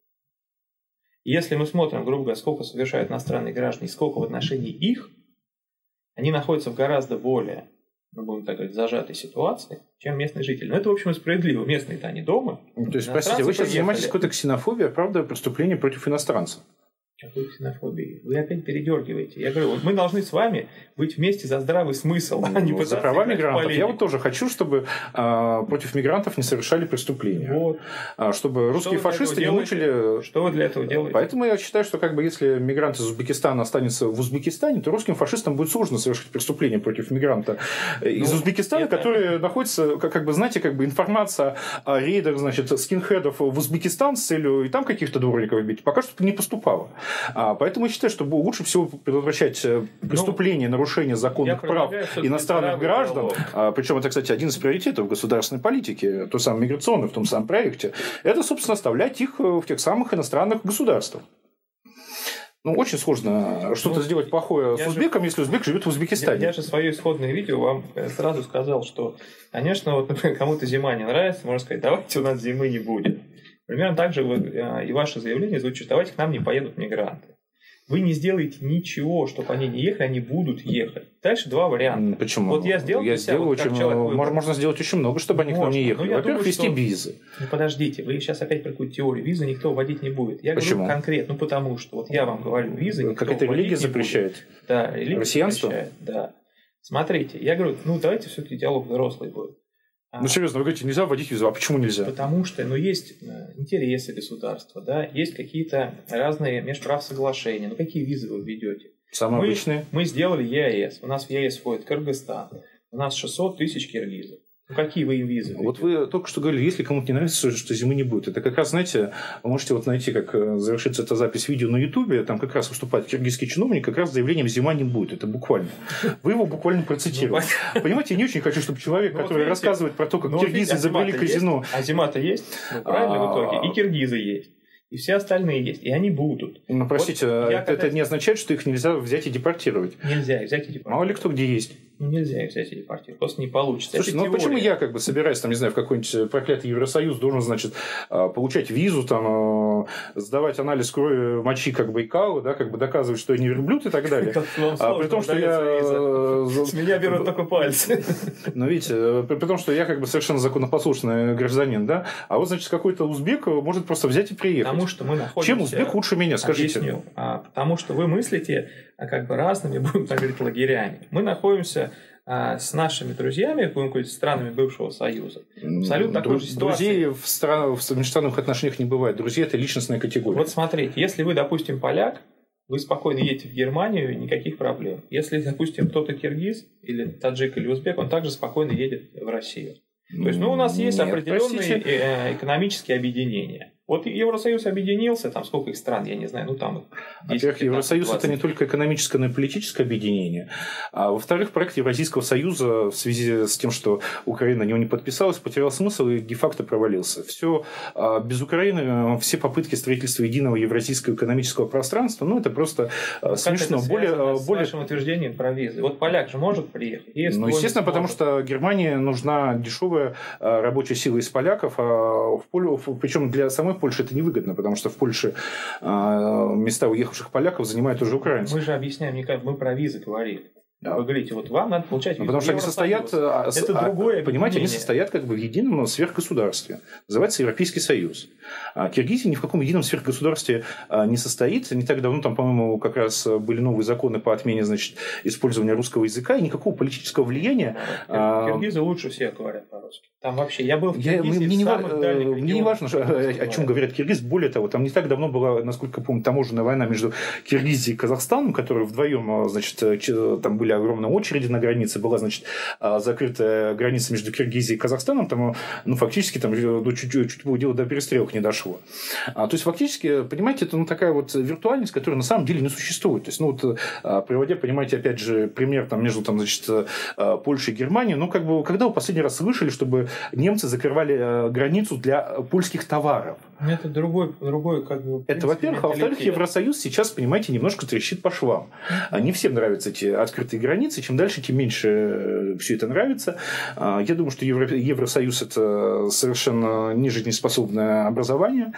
[SPEAKER 2] Если мы смотрим, грубо говоря, сколько совершают иностранные граждане и сколько в отношении их, они находятся в гораздо более, мы будем так говорить, зажатой ситуации, чем местные жители. Но это, в общем, справедливо. Местные-то они дома.
[SPEAKER 3] То есть, простите, вы сейчас занимаетесь какой-то ксенофобией, правда, преступление против иностранцев?
[SPEAKER 2] Какой ксенофобии? Вы опять передергиваете. Я говорю, вот мы должны с вами быть вместе за здравый смысл, а не
[SPEAKER 3] за права мигрантов. Я вот тоже хочу, чтобы против мигрантов не совершали преступления. Вот. Чтобы русские фашисты не мучили...
[SPEAKER 2] Что вы для этого делаете?
[SPEAKER 3] Поэтому я считаю, что как бы, если мигрант из Узбекистана останется в Узбекистане, то русским фашистам будет сложно совершить преступление против мигранта из Узбекистана, который находится, как бы, знаете, как бы информация о рейдах, значит, скинхедов в Узбекистан с целью и там каких-то дворников бить, пока что не поступало. Поэтому я считаю, что лучше всего предотвращать преступления, нарушения законных прав иностранных граждан. Причем это, кстати, один из приоритетов государственной политики, то самое миграционное в том самом проекте. Это, собственно, оставлять их в тех самых иностранных государствах. Ну, очень сложно что-то сделать плохое с узбеком, если узбек живет в Узбекистане.
[SPEAKER 2] Я же свое исходное видео вам сразу сказал, что, конечно, вот, например, кому-то зима не нравится, можно сказать, давайте у нас зимы не будет. Примерно так же и ваше заявление звучит, давайте к нам не поедут мигранты. Вы не сделаете ничего, чтобы они не ехали, они будут ехать. Дальше два варианта.
[SPEAKER 3] Почему?
[SPEAKER 2] Вот я сделал
[SPEAKER 3] можно сделать очень много, чтобы они к нам не ехали. Во-первых, ввести визы.
[SPEAKER 2] Ну, подождите, вы сейчас опять про какую-то теорию. Визы никто вводить не будет. Я говорю конкретно, потому что вот я вам говорю, визы никто
[SPEAKER 3] как это религия запрещает?
[SPEAKER 2] Да, религия
[SPEAKER 3] россиянство?
[SPEAKER 2] Запрещает, да. Смотрите, я говорю, давайте все-таки диалог взрослый будет.
[SPEAKER 3] Ну, серьезно, вы говорите, нельзя вводить визу. А почему нельзя?
[SPEAKER 2] Потому что, есть интересы государства, да, есть какие-то разные межправ соглашения. Какие визы вы введете?
[SPEAKER 3] Самые обычные.
[SPEAKER 2] Мы сделали ЕАЭС. У нас в ЕАЭС входит Кыргызстан. У нас 600 тысяч киргизов. Ну, какие вы им визы?
[SPEAKER 3] Вот вы только что говорили, если кому-то не нравится, что зимы не будет. Это как раз, знаете, вы можете вот найти, как завершится эта запись видео на Ютубе, там как раз выступает киргизский чиновник, как раз с заявлением «зима не будет». Это буквально. Вы его буквально процитировали. Понимаете, я не очень хочу, чтобы человек, который рассказывает про то, как киргизы изобрели казино...
[SPEAKER 2] А зима-то есть? Правильно в итоге? И киргизы есть. И все остальные есть, и они будут.
[SPEAKER 3] Ну, простите, это не означает, что их нельзя взять и депортировать.
[SPEAKER 2] Нельзя их взять и депортировать.
[SPEAKER 3] Мало ли кто где есть.
[SPEAKER 2] Нельзя их взять и депортировать. Просто не получится.
[SPEAKER 3] Слушай, ну почему я, как бы, собираясь, там, не знаю, в какой-нибудь проклятый Евросоюз, должен, значит, получать визу, там, сдавать анализ крови, мочи, как бы, и калу, да, как бы доказывать, что я не верблюд и так далее. При том, что я...
[SPEAKER 2] С меня берут только пальцы.
[SPEAKER 3] Но видите, при том, что я, как бы, совершенно законопослушный гражданин, да, а вот, значит, какой-то узбек может просто взять и приехать.
[SPEAKER 2] Потому что мы находимся...
[SPEAKER 3] Чем узбек лучше меня, скажите?
[SPEAKER 2] Объясню. Потому что вы мыслите как бы разными, будем так говорить, лагерями. Мы находимся с нашими друзьями, будем говорить, странами бывшего Союза. Абсолютно такой же ситуации.
[SPEAKER 3] Друзей в межстранных отношениях не бывает. Друзья – это личностная категория.
[SPEAKER 2] Вот смотрите, если вы, допустим, поляк, вы спокойно едете в Германию, никаких проблем. Если, допустим, кто-то киргиз, или таджик, или узбек, он также спокойно едет в Россию. То есть, у нас есть определенные экономические объединения. Вот Евросоюз объединился, там сколько их стран, я не знаю, ну там...
[SPEAKER 3] Во-первых, Евросоюз – это не только экономическое, но и политическое объединение. А во-вторых, проект Евразийского союза в связи с тем, что Украина на него не подписалась, потерял смысл и де-факто провалился. Все без Украины, все попытки строительства единого евразийского экономического пространства, ну, это просто смешно.
[SPEAKER 2] С вашим утверждением про визы. Вот поляк же может приехать?
[SPEAKER 3] Ну, естественно, потому что Германии нужна дешевая рабочая сила из поляков, причем для самой Польши это невыгодно, потому что в Польше места уехавших поляков занимают уже украинцы.
[SPEAKER 2] Мы же объясняем, мы про визы говорили. Да. Вы говорите, вот вам надо получать визу.
[SPEAKER 3] Потому что они состоят,
[SPEAKER 2] это другое
[SPEAKER 3] понимаете, они состоят как бы в едином сверхгосударстве. Называется Европейский Союз. Киргизия ни в каком едином сверхгосударстве не состоит. Не так давно там, по-моему, как раз были новые законы по отмене, значит, использования русского языка, и никакого политического влияния.
[SPEAKER 2] Киргизы лучше всех говорят по-русски. Там вообще, я был в Киргизии,
[SPEAKER 3] мне не важно, о чем говорят киргизы. Более того, там не так давно была, насколько я помню, таможенная война между Киргизией и Казахстаном, которые вдвоем, значит, там были огромные очереди на границе, была, значит, закрытая граница между Киргизией и Казахстаном, там, ну, фактически там чуть было дело до перестрелок не дошло. То есть, фактически, понимаете, это такая вот виртуальность, которая на самом деле не существует. То есть, ну, вот, приводя, понимаете, опять же, пример там, между там, значит, Польшей и Германией, ну, как бы, когда вы последний раз слышали, чтобы немцы закрывали границу для польских товаров?
[SPEAKER 2] Это другой как бы...
[SPEAKER 3] Это, во-первых. А во-вторых, Евросоюз сейчас, понимаете, немножко трещит по швам. Не всем нравятся эти открытые границы. Чем дальше, тем меньше все это нравится. Я думаю, что Евросоюз – это совершенно нежизнеспособное образование.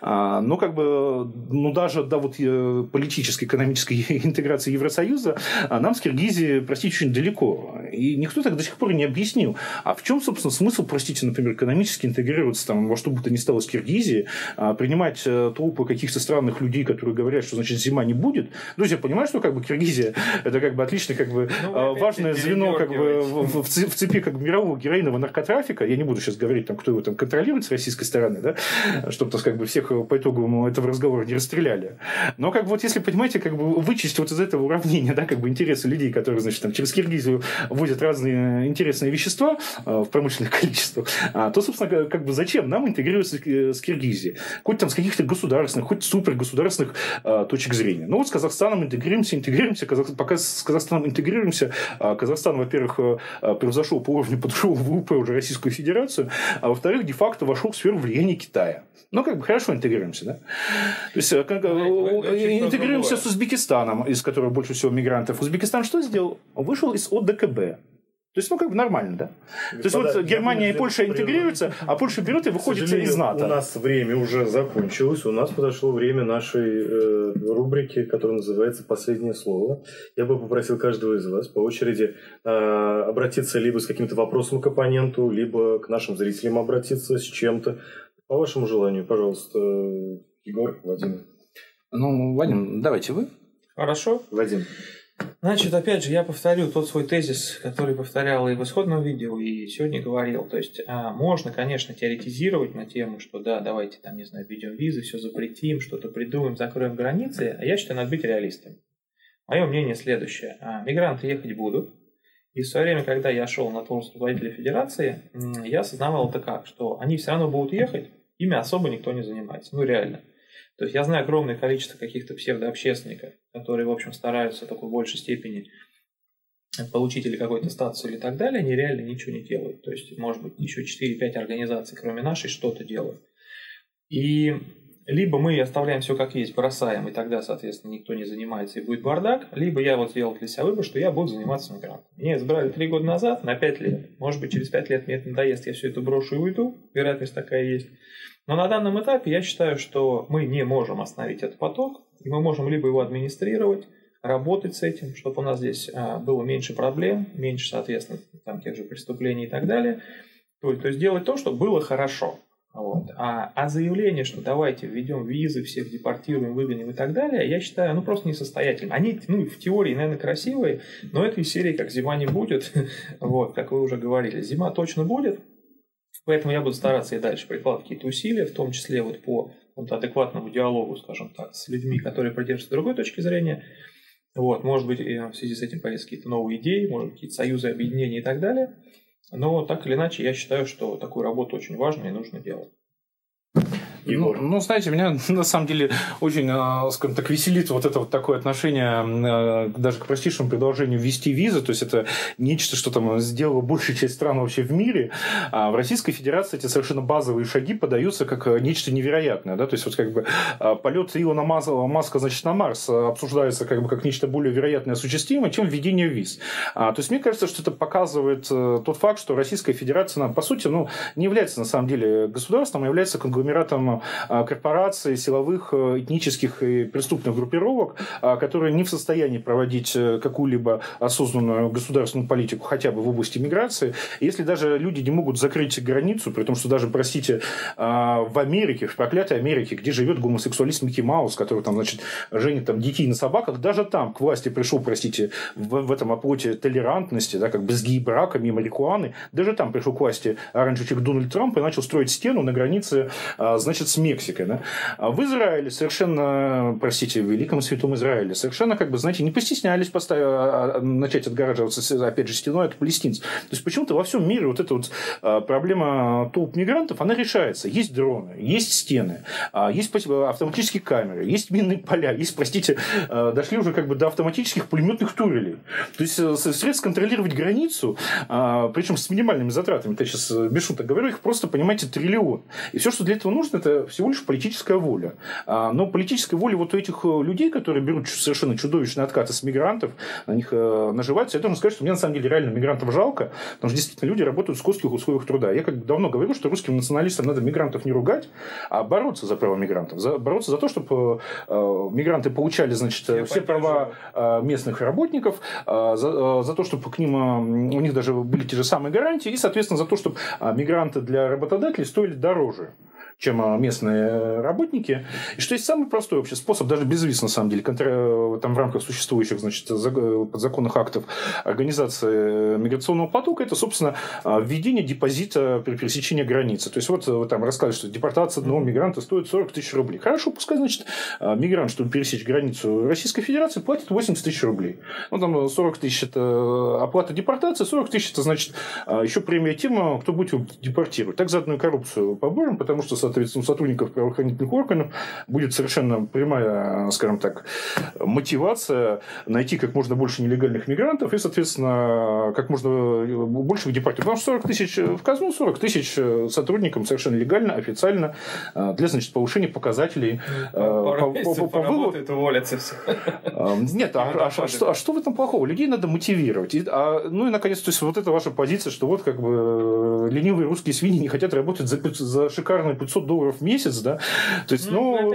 [SPEAKER 3] Но как бы, ну, даже до вот политической, экономической интеграции Евросоюза нам с Киргизией, простите, очень далеко. И никто так до сих пор не объяснил. А в чем, собственно, смысл, простите, например, экономически интегрироваться там, во что бы то ни стало с Киргизией, принимать толпы каких-то странных людей, которые говорят, что, значит, зима не будет. Друзья, понимаете, что как бы Киргизия – это как бы отличное, как бы, важное звено как бы, в цепи как бы, мирового героинового наркотрафика. Я не буду сейчас говорить, там, кто его там контролирует с российской стороны, да, чтобы, так, как бы, всех по итогу этого разговора не расстреляли. Но как бы, вот если, понимаете, как бы вычесть вот из этого уравнения, да, как бы интересы людей, которые, значит, там, через Киргизию возят разные интересные вещества в промышленных количествах, то, собственно, как бы зачем нам интегрироваться с Киргизией? Хоть там с каких-то государственных, хоть супергосударственных точек зрения. Ну вот с Казахстаном интегрируемся, пока с Казахстаном интегрируемся, Казахстан, во-первых, превзошел по уровню подушевого ВВП уже Российскую Федерацию, а во-вторых, де-факто вошел в сферу влияния Китая. Ну, как бы хорошо интегрируемся, да? То есть, интегрируемся с Узбекистаном, из которого больше всего мигрантов. Узбекистан что сделал? Вышел из ОДКБ. То есть, ну, как бы нормально, да? Господа, то есть, вот Германия и Польша интегрируются, а Польша берет и выходит из НАТО.
[SPEAKER 1] У нас время уже закончилось. У нас подошло время нашей рубрики, которая называется «Последнее слово». Я бы попросил каждого из вас по очереди обратиться либо с каким-то вопросом к оппоненту, либо к нашим зрителям обратиться с чем-то. По вашему желанию, пожалуйста, Егор, Вадим.
[SPEAKER 3] Ну, Вадим, давайте вы.
[SPEAKER 2] Хорошо.
[SPEAKER 1] Вадим.
[SPEAKER 2] Значит, опять же, я повторю тот свой тезис, который повторял и в исходном видео, и сегодня говорил. То есть, можно, конечно, теоретизировать на тему, что да, давайте там, не знаю, введем визы, все запретим, что-то придумаем, закроем границы. А я считаю, надо быть реалистами. Мое мнение следующее. Мигранты ехать будут. И в свое время, когда я шел на должность руководителя федерации, я осознавал это как, что они все равно будут ехать, ими особо никто не занимается. Ну, реально. То есть я знаю огромное количество каких-то псевдообщественников, которые, в общем, стараются в такой большей степени получить или какой-то статус или так далее, они реально ничего не делают. То есть, может быть, еще 4-5 организаций, кроме нашей, что-то делают. И либо мы оставляем все как есть, бросаем, и тогда, соответственно, никто не занимается и будет бардак, либо я вот сделал для себя выбор, что я буду заниматься мигрантами. Меня избрали 3 года назад на 5 лет. Может быть, через 5 лет мне это надоест, я все это брошу и уйду. Вероятность такая есть. Но на данном этапе я считаю, что мы не можем остановить этот поток, и мы можем либо его администрировать, работать с этим, чтобы у нас здесь было меньше проблем, меньше, соответственно, там, тех же преступлений и так далее. То есть делать то, чтобы было хорошо. Вот. А заявление, что давайте введем визы, всех депортируем, выгоним и так далее, я считаю, просто несостоятельным. Они, в теории, наверное, красивые, но этой серии как зима не будет, вот, как вы уже говорили. Зима точно будет. Поэтому я буду стараться и дальше прикладывать какие-то усилия, в том числе вот по адекватному диалогу, скажем так, с людьми, которые придерживаются другой точки зрения. Вот, может быть, в связи с этим появятся какие-то новые идеи, может быть, какие-то союзы, объединения и так далее. Но так или иначе, я считаю, что такую работу очень важно и нужно делать.
[SPEAKER 3] Ну, знаете, меня на самом деле очень, скажем так, веселит вот это вот такое отношение даже к простейшему предложению ввести визы. То есть это нечто, что там сделала большая часть стран вообще в мире. А в Российской Федерации эти совершенно базовые шаги подаются как нечто невероятное. Да? То есть вот как бы полет Илона Маска, значит, на Марс обсуждается как нечто более вероятное и осуществимое, чем введение виз. То есть мне кажется, что это показывает тот факт, что Российская Федерация, по сути, не является на самом деле государством, а является конгломератом корпораций, силовых, этнических и преступных группировок, которые не в состоянии проводить какую-либо осознанную государственную политику, хотя бы в области миграции. Если даже люди не могут закрыть границу, при том, что даже, простите, в Америке, в проклятой Америке, где живет гомосексуалист Микки Маус, который там, значит, женит там детей на собаках, даже там к власти пришел, простите, в этом оплоте толерантности, да, как бы с гей-браками и марихуаны, даже там пришел к власти оранжевый Дональд Трамп и начал строить стену на границе, значит, с Мексикой. Да? А в Израиле совершенно, простите, в Великом Святом Израиле, совершенно, знаете, не постеснялись начать отгораживаться, опять же, стеной от палестинцев. То есть почему-то во всем мире вот эта вот проблема толп мигрантов, она решается. Есть дроны, есть стены, есть автоматические камеры, есть минные поля, есть, простите, дошли уже до автоматических пулеметных турелей. То есть средств контролировать границу, причем с минимальными затратами, я сейчас без шуток говорю, их просто, понимаете, триллион. И все, что для этого нужно, это всего лишь политическая воля. Но политическая воля вот у этих людей, которые берут совершенно чудовищные откаты с мигрантов, на них наживаются, я должен сказать, что мне на самом деле реально мигрантов жалко, потому что действительно люди работают в скотских условиях труда. Я давно говорю, что русским националистам надо мигрантов не ругать, а бороться за права мигрантов. Бороться за то, чтобы мигранты получали, значит, все права местных работников, за то, чтобы к ним у них даже были те же самые гарантии, и, соответственно, за то, чтобы мигранты для работодателей стоили дороже, чем местные работники. И что есть самый простой вообще способ, даже без виз, на самом деле, там в рамках существующих, значит, подзаконных актов организации миграционного потока, это, собственно, введение депозита при пересечении границы. То есть, вот вы там рассказывали, что депортация одного мигранта стоит 40 тысяч рублей. Хорошо, пускай, значит, мигрант, чтобы пересечь границу Российской Федерации, платит 80 тысяч рублей. Ну, там 40 тысяч – это оплата депортации, 40 тысяч – это, значит, еще премия тем, кто будет его депортировать. Так заодно и коррупцию поборем, потому что, соответственно, у сотрудников правоохранительных органов будет совершенно прямая, скажем так, мотивация найти как можно больше нелегальных мигрантов и, соответственно, как можно больше их депортировать. Потому что 40 тысяч в казну, 40 тысяч сотрудникам совершенно легально, официально, для, значит, повышения показателей.
[SPEAKER 2] Поработают, уволятся все.
[SPEAKER 3] Нет, что в этом плохого? Людей надо мотивировать. Ну и, наконец, то есть, вот эта ваша позиция, что вот как бы ленивые русские свиньи не хотят работать за шикарные $500 в месяц, да? То есть,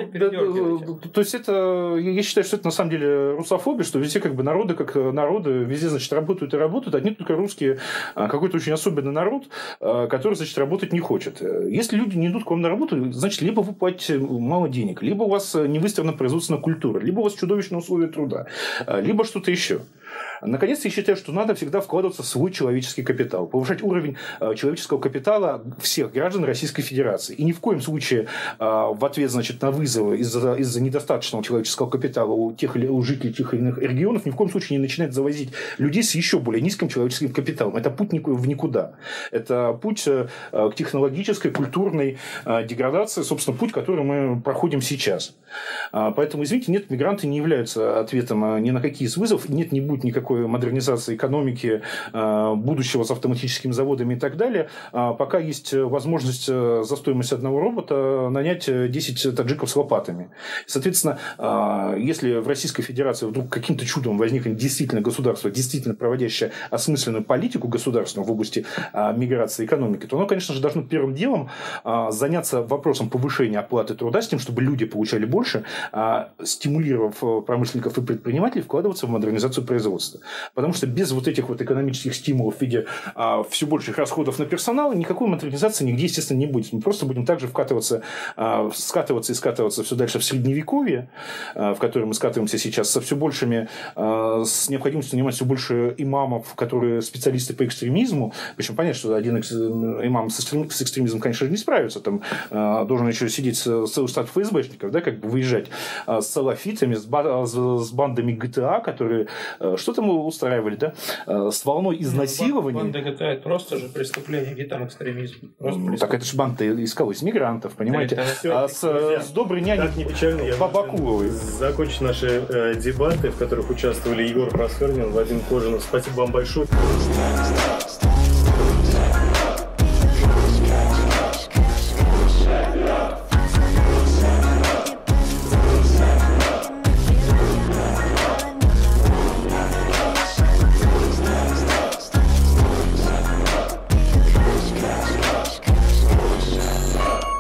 [SPEAKER 3] то есть это, я считаю, что это на самом деле русофобия, что везде как бы народы, как народы, везде, значит, работают и работают, одни только русские, какой-то очень особенный народ, который, значит, работать не хочет. Если люди не идут к вам на работу, значит, либо вы платите мало денег, либо у вас не выстроена производственная культура, либо у вас чудовищные условия труда, либо что-то еще. Наконец-то я считаю, что надо всегда вкладываться в свой человеческий капитал, повышать уровень человеческого капитала всех граждан Российской Федерации. И ни в коем случае в ответ, значит, на вызовы из-за недостаточного человеческого капитала у жителей тех или иных регионов ни в коем случае не начинать завозить людей с еще более низким человеческим капиталом. Это путь в никуда. Это путь к технологической, культурной деградации, собственно, путь, который мы проходим сейчас. Поэтому, извините, нет, мигранты не являются ответом ни на какие из вызовов. Нет, не будет никакой модернизации экономики, будущего с автоматическими заводами и так далее. Пока есть возможность за стоимость одного робота нанять 10 таджиков с лопатами. Соответственно, если в Российской Федерации вдруг каким-то чудом возникнет действительно государство, действительно проводящее осмысленную политику государственную в области миграции и экономики, то оно, конечно же, должно первым делом заняться вопросом повышения оплаты труда с тем, чтобы люди получали больше, стимулировав промышленников и предпринимателей вкладываться в модернизацию производства. Потому что без вот этих вот экономических стимулов в виде все больших расходов на персонал никакой модернизации нигде, естественно, не будет. Мы просто будем также скатываться все дальше в средневековье, в которое мы скатываемся сейчас, с с необходимостью нанимать все больше имамов, которые специалисты по экстремизму. Причем понятно, что один имам с экстремизмом, конечно же, не справится. Там должен еще сидеть целый штат ФСБшников, да, как бы выезжать с салафитами, с бандами ГТА, которые что там устраивали, да, с волной изнасилований.
[SPEAKER 2] Банда ГТА – это просто же преступление, где там экстремизм.
[SPEAKER 3] Так это же банда из кого? Из мигрантов, понимаете? С доброй няней Бабакуловой.
[SPEAKER 1] Закончить наши дебаты, в которых участвовали Егор Просфернин, Вадим Кожинов. Спасибо вам большое.